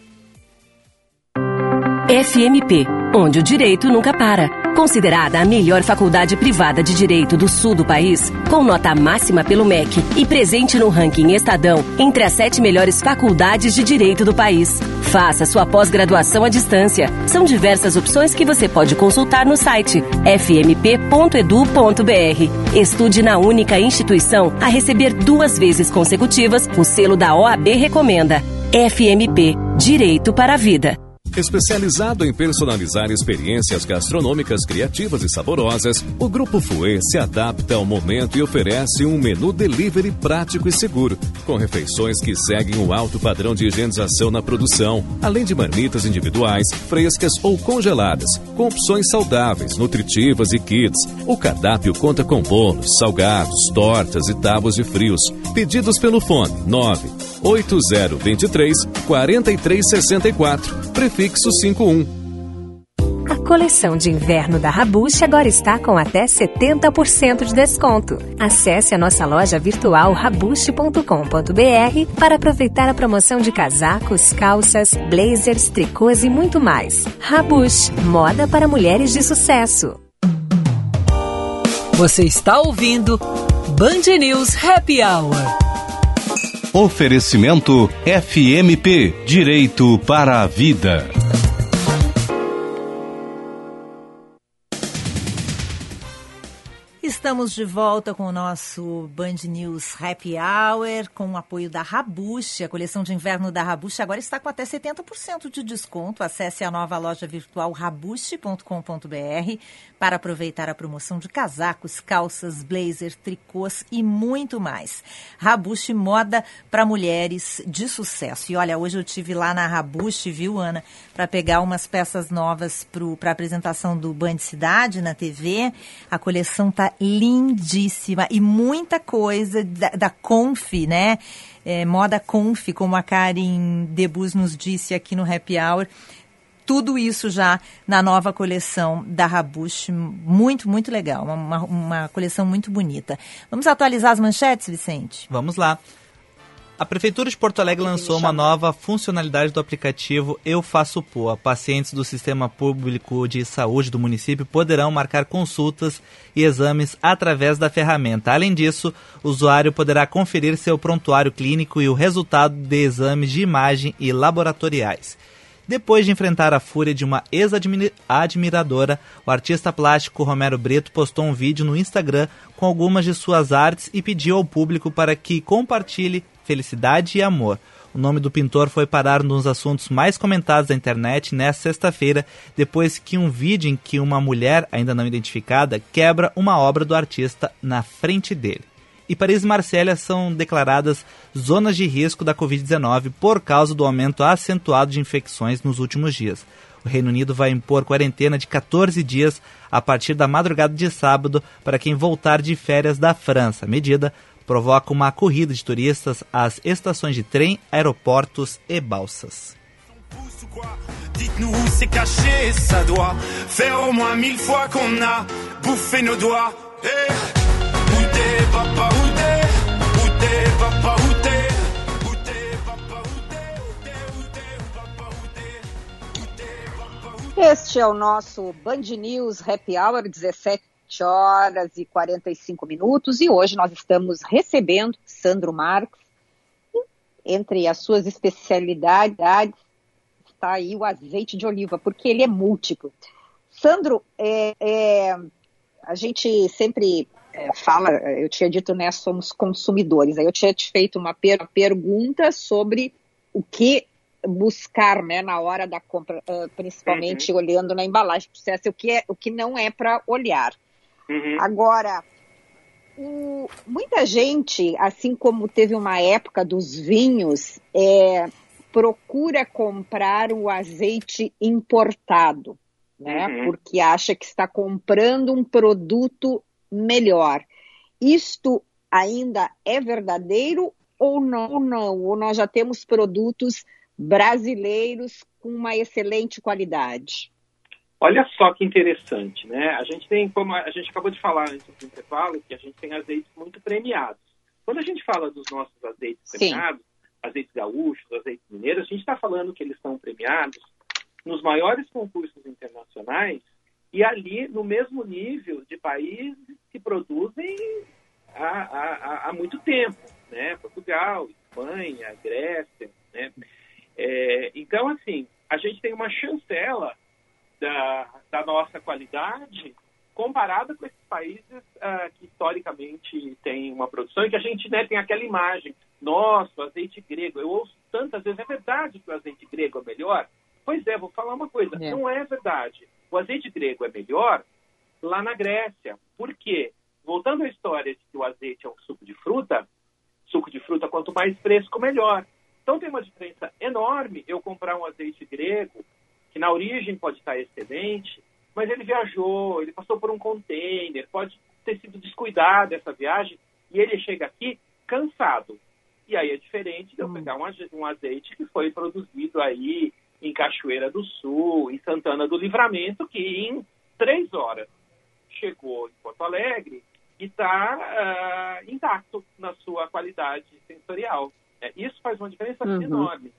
F M P, onde o direito nunca para. Considerada a melhor faculdade privada de direito do sul do país, com nota máxima pelo M E C e presente no ranking Estadão entre as sete melhores faculdades de direito do país. Faça sua pós-graduação à distância. São diversas opções que você pode consultar no site f m p ponto e d u ponto b r. Estude na única instituição a receber duas vezes consecutivas o selo da O A B Recomenda. F M P, Direito para a Vida. Especializado em personalizar experiências gastronômicas criativas e saborosas, o Grupo Fouet se adapta ao momento e oferece um menu delivery prático e seguro, com refeições que seguem um alto padrão de higienização na produção, além de marmitas individuais, frescas ou congeladas, com opções saudáveis, nutritivas e kits. O cardápio conta com bolos, salgados, tortas e tábuas de frios. Pedidos pelo fone nove oito zero dois três quatro três seis quatro, prefixo cinquenta e um. A coleção de inverno da Rabush agora está com até setenta por cento de desconto. Acesse a nossa loja virtual rabush ponto com ponto b r para aproveitar a promoção de casacos, calças, blazers, tricôs e muito mais. Rabush, moda para mulheres de sucesso. Você está ouvindo Band News Happy Hour. Oferecimento F M P, Direito para a Vida. Estamos de volta com o nosso Band News Happy Hour, com o apoio da Rabush. A coleção de inverno da Rabush agora está com até setenta por cento de desconto. Acesse a nova loja virtual rabush ponto com ponto b r para aproveitar a promoção de casacos, calças, blazer, tricôs e muito mais. Rabush, moda para mulheres de sucesso. E olha, hoje eu tive lá na Rabush, viu, Ana, para pegar umas peças novas para a apresentação do Band Cidade na T V. A coleção tá lindíssima e muita coisa da, da Conf, né? É, moda Conf, como a Karen Debus nos disse aqui no Happy Hour. Tudo isso já na nova coleção da Rabush. Muito, muito legal. Uma, uma coleção muito bonita. Vamos atualizar as manchetes, Vicente? Vamos lá. A Prefeitura de Porto Alegre lançou uma nova funcionalidade do aplicativo Eu Faço Poa. Pacientes do Sistema Público de Saúde do município poderão marcar consultas e exames através da ferramenta. Além disso, o usuário poderá conferir seu prontuário clínico e o resultado de exames de imagem e laboratoriais. Depois de enfrentar a fúria de uma ex-admiradora, o artista plástico Romero Brito postou um vídeo no Instagram com algumas de suas artes e pediu ao público para que compartilhe felicidade e amor. O nome do pintor foi parar nos assuntos mais comentados da internet nesta sexta-feira, depois que um vídeo em que uma mulher, ainda não identificada, quebra uma obra do artista na frente dele. E Paris e Marsella são declaradas zonas de risco da covid dezenove por causa do aumento acentuado de infecções nos últimos dias. O Reino Unido vai impor quarentena de catorze dias a partir da madrugada de sábado para quem voltar de férias da França. A medida provoca uma corrida de turistas às estações de trem, aeroportos e balsas. Dites-nous où c'est caché, ça doit faire au moins mille fois qu'on a bouffé nos doigts. Hey, où t'es, papa, où t'es? Où t'es, papa, où t'es? Où t'es, papa, où t'es? Où t'es, où t'es, papa, où t'es? Où t'es, papa, où t'es? Este é o nosso Band News Happy Hour, dezessete horas e quarenta e cinco minutos, e hoje nós estamos recebendo Sandro Marques. Entre as suas especialidades está aí o azeite de oliva, porque ele é múltiplo. Sandro, é, é, a gente sempre é, fala, eu tinha dito, né, somos consumidores, aí eu tinha te feito uma per- pergunta sobre o que buscar, né, na hora da compra, uh, principalmente uhum. olhando na embalagem, processo, o que, é, o que não é para olhar. Uhum. Agora, o, muita gente, assim como teve uma época dos vinhos, é, procura comprar o azeite importado, né, uhum. porque acha que está comprando um produto melhor. Isto ainda é verdadeiro ou não, ou não? Ou nós já temos produtos brasileiros com uma excelente qualidade? Olha só que interessante, né? A gente tem, como a gente acabou de falar antes do intervalo, que a gente tem azeites muito premiados. Quando a gente fala dos nossos azeites Sim. premiados, azeites gaúchos, azeites mineiros, a gente está falando que eles são premiados nos maiores concursos internacionais e ali no mesmo nível de países que produzem há, há, há muito tempo, né? Portugal, Espanha, Grécia, né? É, então, assim, a gente tem uma chancela da, da nossa qualidade comparada com esses países uh, que historicamente têm uma produção e que a gente, né, tem aquela imagem, nossa, o azeite grego. Eu ouço tantas vezes, é verdade que o azeite grego é melhor? Pois é, vou falar uma coisa, é. não é verdade. O azeite grego é melhor lá na Grécia. Por quê? Voltando à história de que o azeite é um suco de fruta, suco de fruta, quanto mais fresco, melhor. Então tem uma diferença enorme eu comprar um azeite grego, que na origem pode estar excelente, mas ele viajou, ele passou por um container, pode ter sido descuidado essa viagem, e ele chega aqui cansado. E aí é diferente de eu pegar um azeite que foi produzido aí em Cachoeira do Sul, em Santana do Livramento, que em três horas chegou em Porto Alegre e está uh, intacto na sua qualidade sensorial. É, isso faz uma diferença uhum. enorme.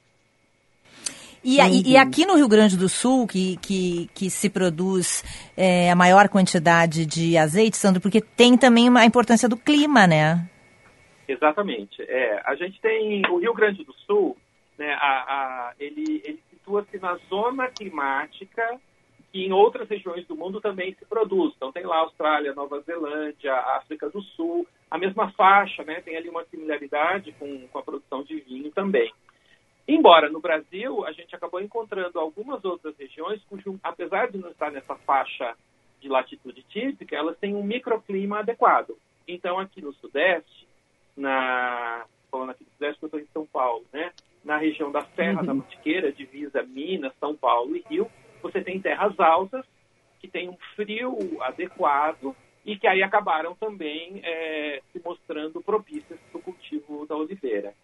E, uhum. e, e aqui no Rio Grande do Sul, que, que, que se produz é, a maior quantidade de azeite, Sandro, porque tem também a importância do clima, né? Exatamente. É, a gente tem o Rio Grande do Sul, né, a, a, ele, ele situa-se na zona climática que em outras regiões do mundo também se produz. Então tem lá Austrália, Nova Zelândia, África do Sul, a mesma faixa, né, tem ali uma similaridade com, com a produção de vinho também. Embora no Brasil a gente acabou encontrando algumas outras regiões cujo, apesar de não estar nessa faixa de latitude típica, elas têm um microclima adequado. Então aqui no Sudeste, na, falando aqui do Sudeste, eu estou em São Paulo, né? Na região da Serra uhum. da Mantiqueira, divisa Minas, São Paulo e Rio, você tem terras altas que tem um frio adequado e que aí acabaram também é, se mostrando propícias para o cultivo da oliveira.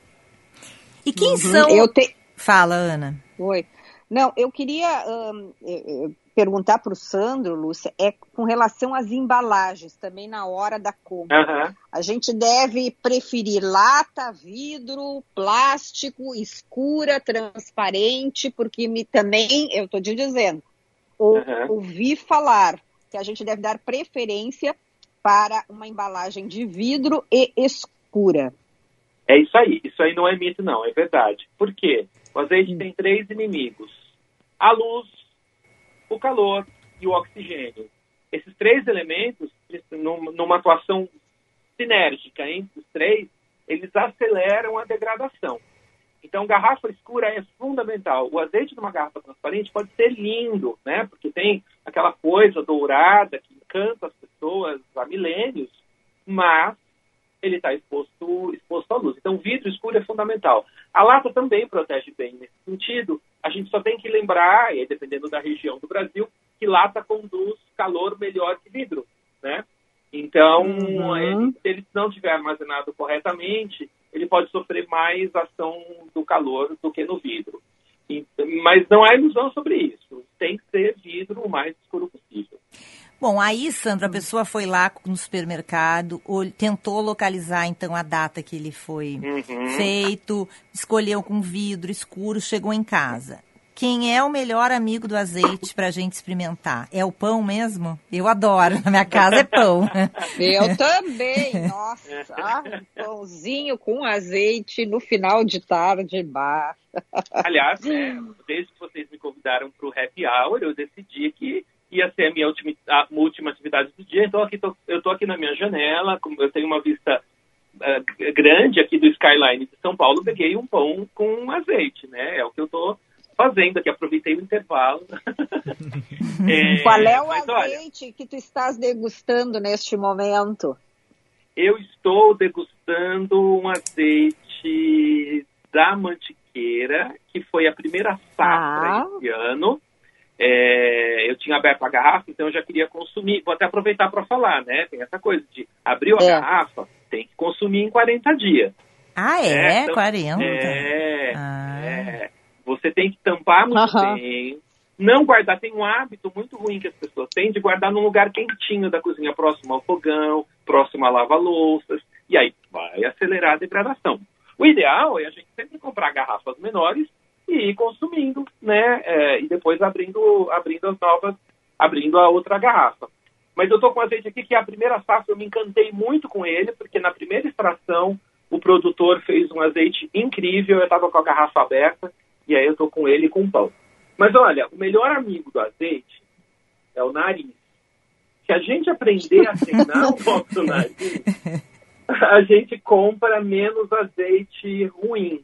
E quem uhum. são... Eu te... Fala, Ana. Oi. Não, eu queria um, perguntar para o Sandro, Lúcia, é com relação às embalagens, também na hora da compra. Uhum. A gente deve preferir lata, vidro, plástico, escura, transparente, porque me, também, eu estou te dizendo, ou, uhum. ouvi falar que a gente deve dar preferência para uma embalagem de vidro e escura. É isso aí, isso aí não é mito não, é verdade. Por quê? O azeite hum. tem três inimigos: a luz, o calor e o oxigênio. Esses três elementos, numa atuação sinérgica entre os três, eles aceleram a degradação. Então, garrafa escura é fundamental. O azeite de uma garrafa transparente pode ser lindo, né? Porque tem aquela coisa dourada que encanta as pessoas há milênios, mas ele está exposto, exposto à luz. Então, vidro escuro é fundamental. A lata também protege bem nesse sentido. A gente só tem que lembrar, e aí, dependendo da região do Brasil, que lata conduz calor melhor que vidro, né? Então, uhum. ele, se ele não estiver armazenado corretamente, ele pode sofrer mais ação do calor do que no vidro. E, mas não há ilusão sobre isso. Tem que ser vidro o mais escuro possível. Bom, aí, Sandra, a pessoa foi lá no supermercado, tentou localizar, então, a data que ele foi uhum. feito, escolheu com vidro escuro, chegou em casa. Quem é o melhor amigo do azeite para a gente experimentar? É o pão mesmo? Eu adoro, na minha casa é pão. Eu também, nossa, um pãozinho com azeite no final de tarde, bah. Aliás, né, desde que vocês me convidaram para o Happy Hour, eu decidi que ia ser a minha última, a última atividade do dia, então aqui tô, eu estou aqui na minha janela, eu tenho uma vista uh, grande aqui do Skyline de São Paulo, peguei um pão com azeite, né? É o que eu estou fazendo aqui, aproveitei o intervalo. é, Qual é o mas, azeite olha, que tu estás degustando neste momento? Eu estou degustando um azeite da Mantiqueira, que foi a primeira safra ah. esse ano. É, eu tinha aberto a garrafa, então eu já queria consumir. Vou até aproveitar para falar, né? Tem essa coisa de abriu a é. garrafa, tem que consumir em quarenta dias. Ah, é? é então, quarenta? É, ah. é. Você tem que tampar muito uh-huh. bem. Não guardar, tem um hábito muito ruim que as pessoas têm de guardar num lugar quentinho da cozinha, próximo ao fogão, próximo a lava-louças, e aí vai acelerar a degradação. O ideal é a gente sempre comprar garrafas menores e ir consumindo, né? É, e depois abrindo, abrindo as novas, abrindo a outra garrafa. Mas eu tô com azeite aqui que é a primeira safra, eu me encantei muito com ele, porque na primeira extração o produtor fez um azeite incrível, eu estava com a garrafa aberta, e aí eu tô com ele com pão. Mas olha, o melhor amigo do azeite é o nariz. Se a gente aprender a treinar o nosso nariz, a gente compra menos azeite ruim.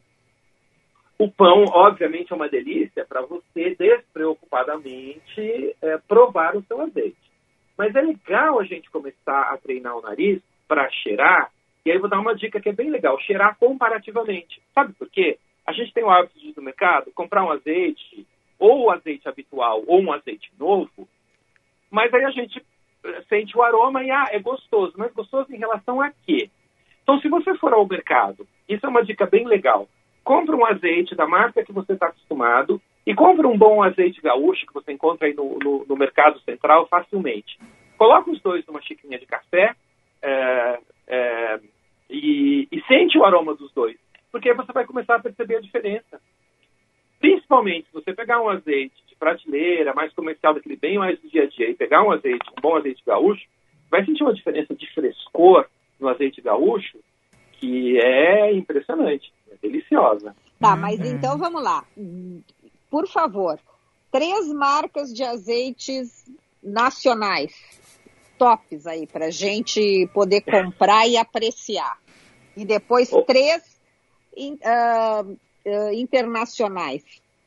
O pão, obviamente, é uma delícia para você despreocupadamente é, provar o seu azeite. Mas é legal a gente começar a treinar o nariz para cheirar. E aí eu vou dar uma dica que é bem legal, cheirar comparativamente. Sabe por quê? A gente tem o hábito de ir no mercado, comprar um azeite, ou o azeite habitual, ou um azeite novo, mas aí a gente sente o aroma e, ah, é gostoso. Mas gostoso em relação a quê? Então, se você for ao mercado, isso é uma dica bem legal, compra um azeite da marca que você está acostumado e compra um bom azeite gaúcho que você encontra aí no, no, no mercado central facilmente. Coloca os dois numa xicrinha de café é, é, e, e sente o aroma dos dois, porque aí você vai começar a perceber a diferença. Principalmente, se você pegar um azeite de prateleira, mais comercial, daquele bem mais do dia a dia, e pegar um azeite, um bom azeite gaúcho, vai sentir uma diferença de frescor no azeite gaúcho que é impressionante, é deliciosa. Tá, mas uhum. então vamos lá. Por favor, três marcas de azeites nacionais, tops aí, pra gente poder comprar e apreciar. E depois oh. três uh, uh, internacionais.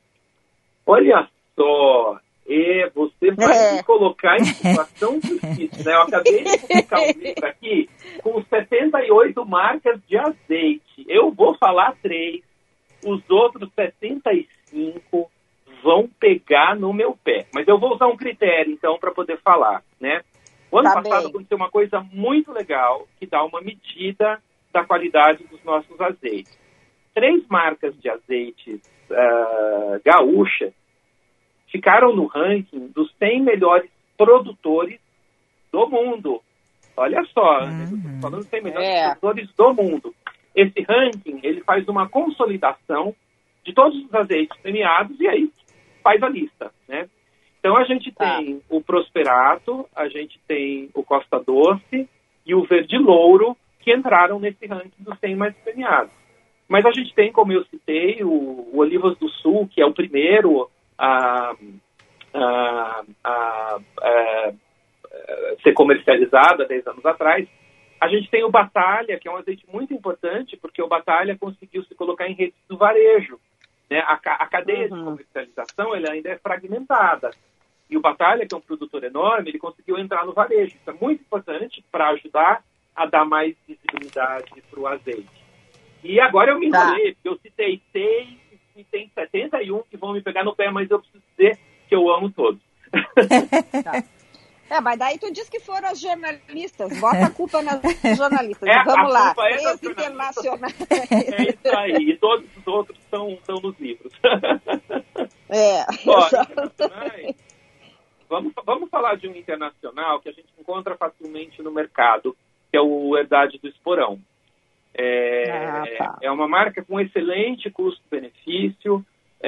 Olha só, e você vai é. me colocar em situação difícil, né? Eu acabei de publicar um livro aqui com setenta e oito marcas de azeite. Eu vou falar três, os outros setenta e cinco vão pegar no meu pé. Mas eu vou usar um critério, então, para poder falar, né? O ano tá passado bem. aconteceu uma coisa muito legal que dá uma medida da qualidade dos nossos azeites. Três marcas de azeites uh, gaúchas ficaram no ranking dos cem melhores produtores do mundo. Olha só, uhum. estou falando dos cem melhores é. produtores do mundo. Esse ranking, ele faz uma consolidação de todos os azeites premiados e aí faz a lista, né? Então a gente tá. tem o Prosperato, a gente tem o Costa Doce e o Verde Louro, que entraram nesse ranking dos cem mais premiados. Mas a gente tem, como eu citei, o, o Olivas do Sul, que é o primeiro a, a, a, a ser comercializado há dez anos atrás. A gente tem o Batalha, que é um azeite muito importante, porque o Batalha conseguiu se colocar em redes do varejo, né? A, a cadeia uhum. de comercialização ela ainda é fragmentada. E o Batalha, que é um produtor enorme, ele conseguiu entrar no varejo. Isso é muito importante para ajudar a dar mais visibilidade para o azeite. E agora eu me enrolei, tá. porque eu citei seis e tem setenta e um que vão me pegar no pé, mas eu preciso dizer que eu amo todos. Tá. É, mas daí tu disse que foram as jornalistas. Bota a culpa nas jornalistas. É, Vamos lá. É três internacionais. É isso aí. E todos os outros estão, estão nos livros. É. Ó, vamos, vamos falar de um internacional que a gente encontra facilmente no mercado, que é o Herdade do Esporão. É, ah, tá. é uma marca com excelente custo-benefício.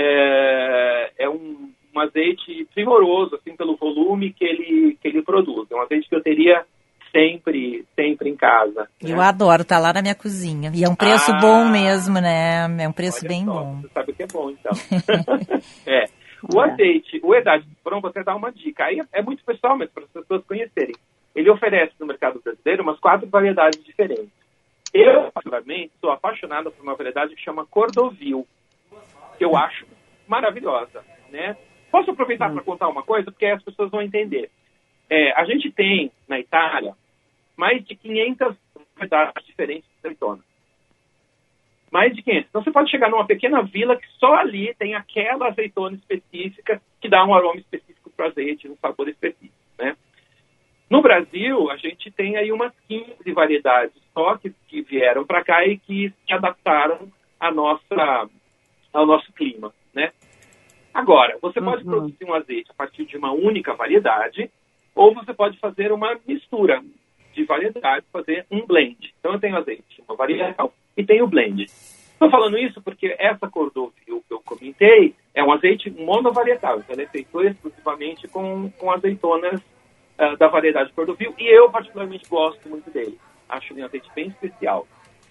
É, é um um azeite primoroso, assim, pelo volume que ele, que ele produz. É um azeite que eu teria sempre, sempre em casa. Eu né? adoro, tá lá na minha cozinha. E é um preço ah, bom mesmo, né? É um preço bem só, bom. Você sabe o que é bom, então. é. O é. azeite, o Herdade do Esporão, você dá uma dica. Aí é muito pessoal, mas para as pessoas conhecerem. Ele oferece no mercado brasileiro umas quatro variedades diferentes. Eu, particularmente, sou apaixonado por uma variedade que chama Cordovil, que eu acho maravilhosa, né? Posso aproveitar para contar uma coisa? Porque as pessoas vão entender. É, a gente tem, na Itália, mais de quinhentas variedades diferentes de azeitona. Mais de quinhentas. Então, você pode chegar numa pequena vila que só ali tem aquela azeitona específica que dá um aroma específico para o azeite, um sabor específico, né? No Brasil, a gente tem aí umas quinze variedades só que, que vieram para cá e que se adaptaram à nossa, ao nosso clima, né? Agora, você pode uhum. produzir um azeite a partir de uma única variedade, ou você pode fazer uma mistura de variedades, fazer um blend. Então, eu tenho azeite, uma varietal, e tenho blend. Estou falando isso porque essa Cordovil que eu comentei é um azeite monovarietal. Então, ele é feito exclusivamente com, com azeitonas uh, da variedade Cordovil, e eu, particularmente, gosto muito dele. Acho ele um azeite bem especial.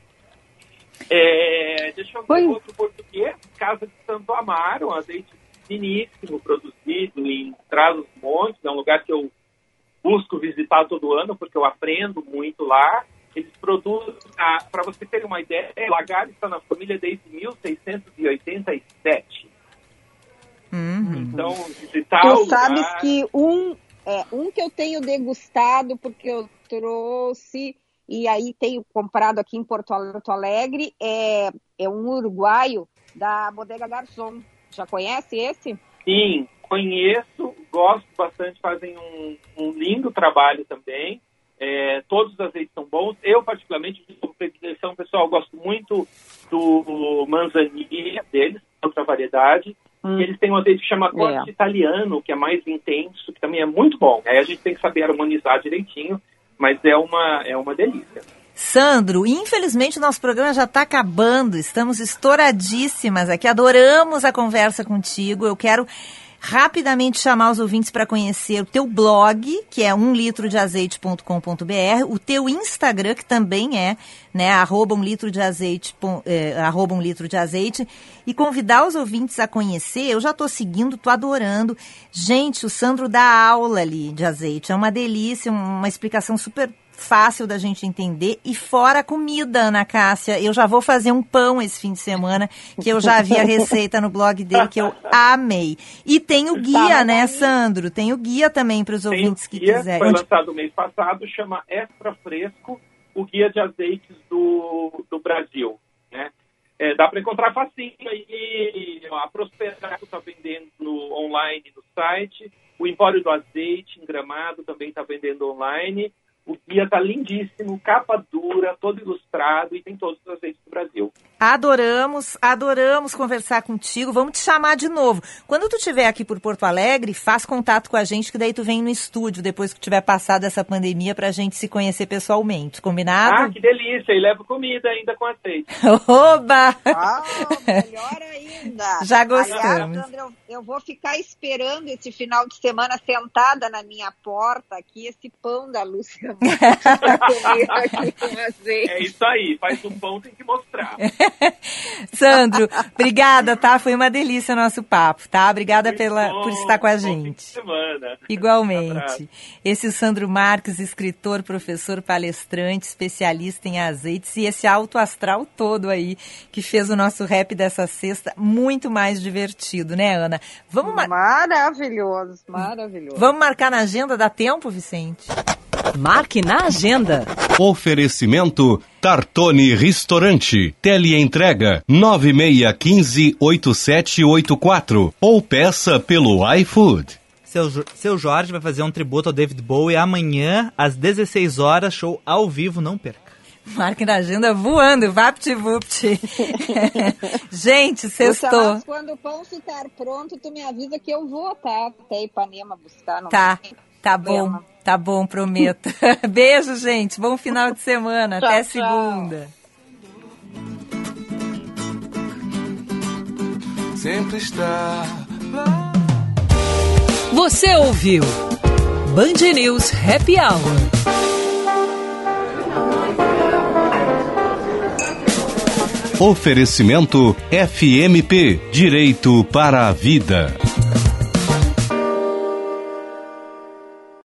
É, deixa eu ver outro português, Casa de Santo Amaro, um azeite finíssimo, produzido em Trás-os-Montes, é um lugar que eu busco visitar todo ano, porque eu aprendo muito lá. Eles produzem, ah, para você ter uma ideia, o Lagar está na família desde mil seiscentos e oitenta e sete. Uhum. Então, visitar tu o lugar... sabes que um, é, um que eu tenho degustado, porque eu trouxe, e aí tenho comprado aqui em Porto Alegre, é, é um uruguaio da Bodega Garçom. Já conhece esse? Sim, conheço, gosto bastante, fazem um, um lindo trabalho também. É, todos os azeites são bons. Eu, particularmente, como predileção pessoal, gosto muito do Manzanilla deles, outra variedade. Hum. E eles têm um azeite que chama Corte é. Italiano, que é mais intenso, que também é muito bom. Aí a gente tem que saber harmonizar direitinho, mas é uma, é uma delícia. Sandro, infelizmente o nosso programa já está acabando, estamos estouradíssimas aqui, adoramos a conversa contigo. Eu quero rapidamente chamar os ouvintes para conhecer o teu blog, que é um litro de azeite ponto com ponto b r, o teu Instagram, que também é, né, arroba um litro de azeite, é, arroba um litro de azeite, e convidar os ouvintes a conhecer. Eu já estou seguindo, estou adorando. Gente, o Sandro dá aula ali de azeite, é uma delícia, uma explicação super fácil da gente entender. E fora a comida, Ana Cássia, eu já vou fazer um pão esse fim de semana, que eu já vi a receita no blog dele, que eu amei. E tem o guia, tá, né, Sandro? Tem o guia também para os ouvintes que quiserem. Foi lançado mês passado, chama Extra Fresco, o guia de azeites do, do Brasil, né? É, dá para encontrar facinho aí. A Prosperaco está vendendo no, online no site, o Empório do Azeite, em Gramado, também está vendendo online. O guia está lindíssimo, capa dura, todo ilustrado, e tem todos os azeites do Brasil. Adoramos, adoramos conversar contigo. Vamos te chamar de novo. Quando tu estiver aqui por Porto Alegre, faz contato com a gente, que daí tu vem no estúdio, depois que tiver passado essa pandemia, pra gente se conhecer pessoalmente. Combinado? Ah, que delícia! E levo comida ainda com azeite. Oba! Ah, melhor ainda! Já gostamos. Aliás, Sandra, eu, eu vou ficar esperando esse final de semana sentada na minha porta aqui, esse pão da Lúcia. É isso aí, faz um pão, tem que mostrar. Sandro, obrigada, tá? Foi uma delícia o nosso papo, tá? Obrigada pela, bom, por estar com a bom gente. Fim de semana. Igualmente. Um esse é o Sandro Marques, escritor, professor, palestrante, especialista em azeites, e esse alto astral todo aí, que fez o nosso rap dessa sexta muito mais divertido, né, Ana? Vamos mar... Maravilhoso, maravilhoso. Vamos marcar na agenda, dá tempo, Vicente? Marque na agenda. Oferecimento Tartone Restaurante. Teleentrega nove seis um cinco oito sete oito quatro ou peça pelo iFood. Seu, seu Jorge vai fazer um tributo ao David Bowie amanhã às dezesseis horas, show ao vivo, não perca. Marque na agenda voando, vapt-vupt. Gente, sextou. Mas quando o pão ficar pronto, tu me avisa que eu vou, tá? Até Ipanema buscar. Não tá, tá bom. Tema. Tá bom, prometo. Beijo, gente. Bom final de semana. Tchau, até segunda. Sempre está. Você ouviu Band News Happy Hour. Oferecimento F M P, Direito para a Vida.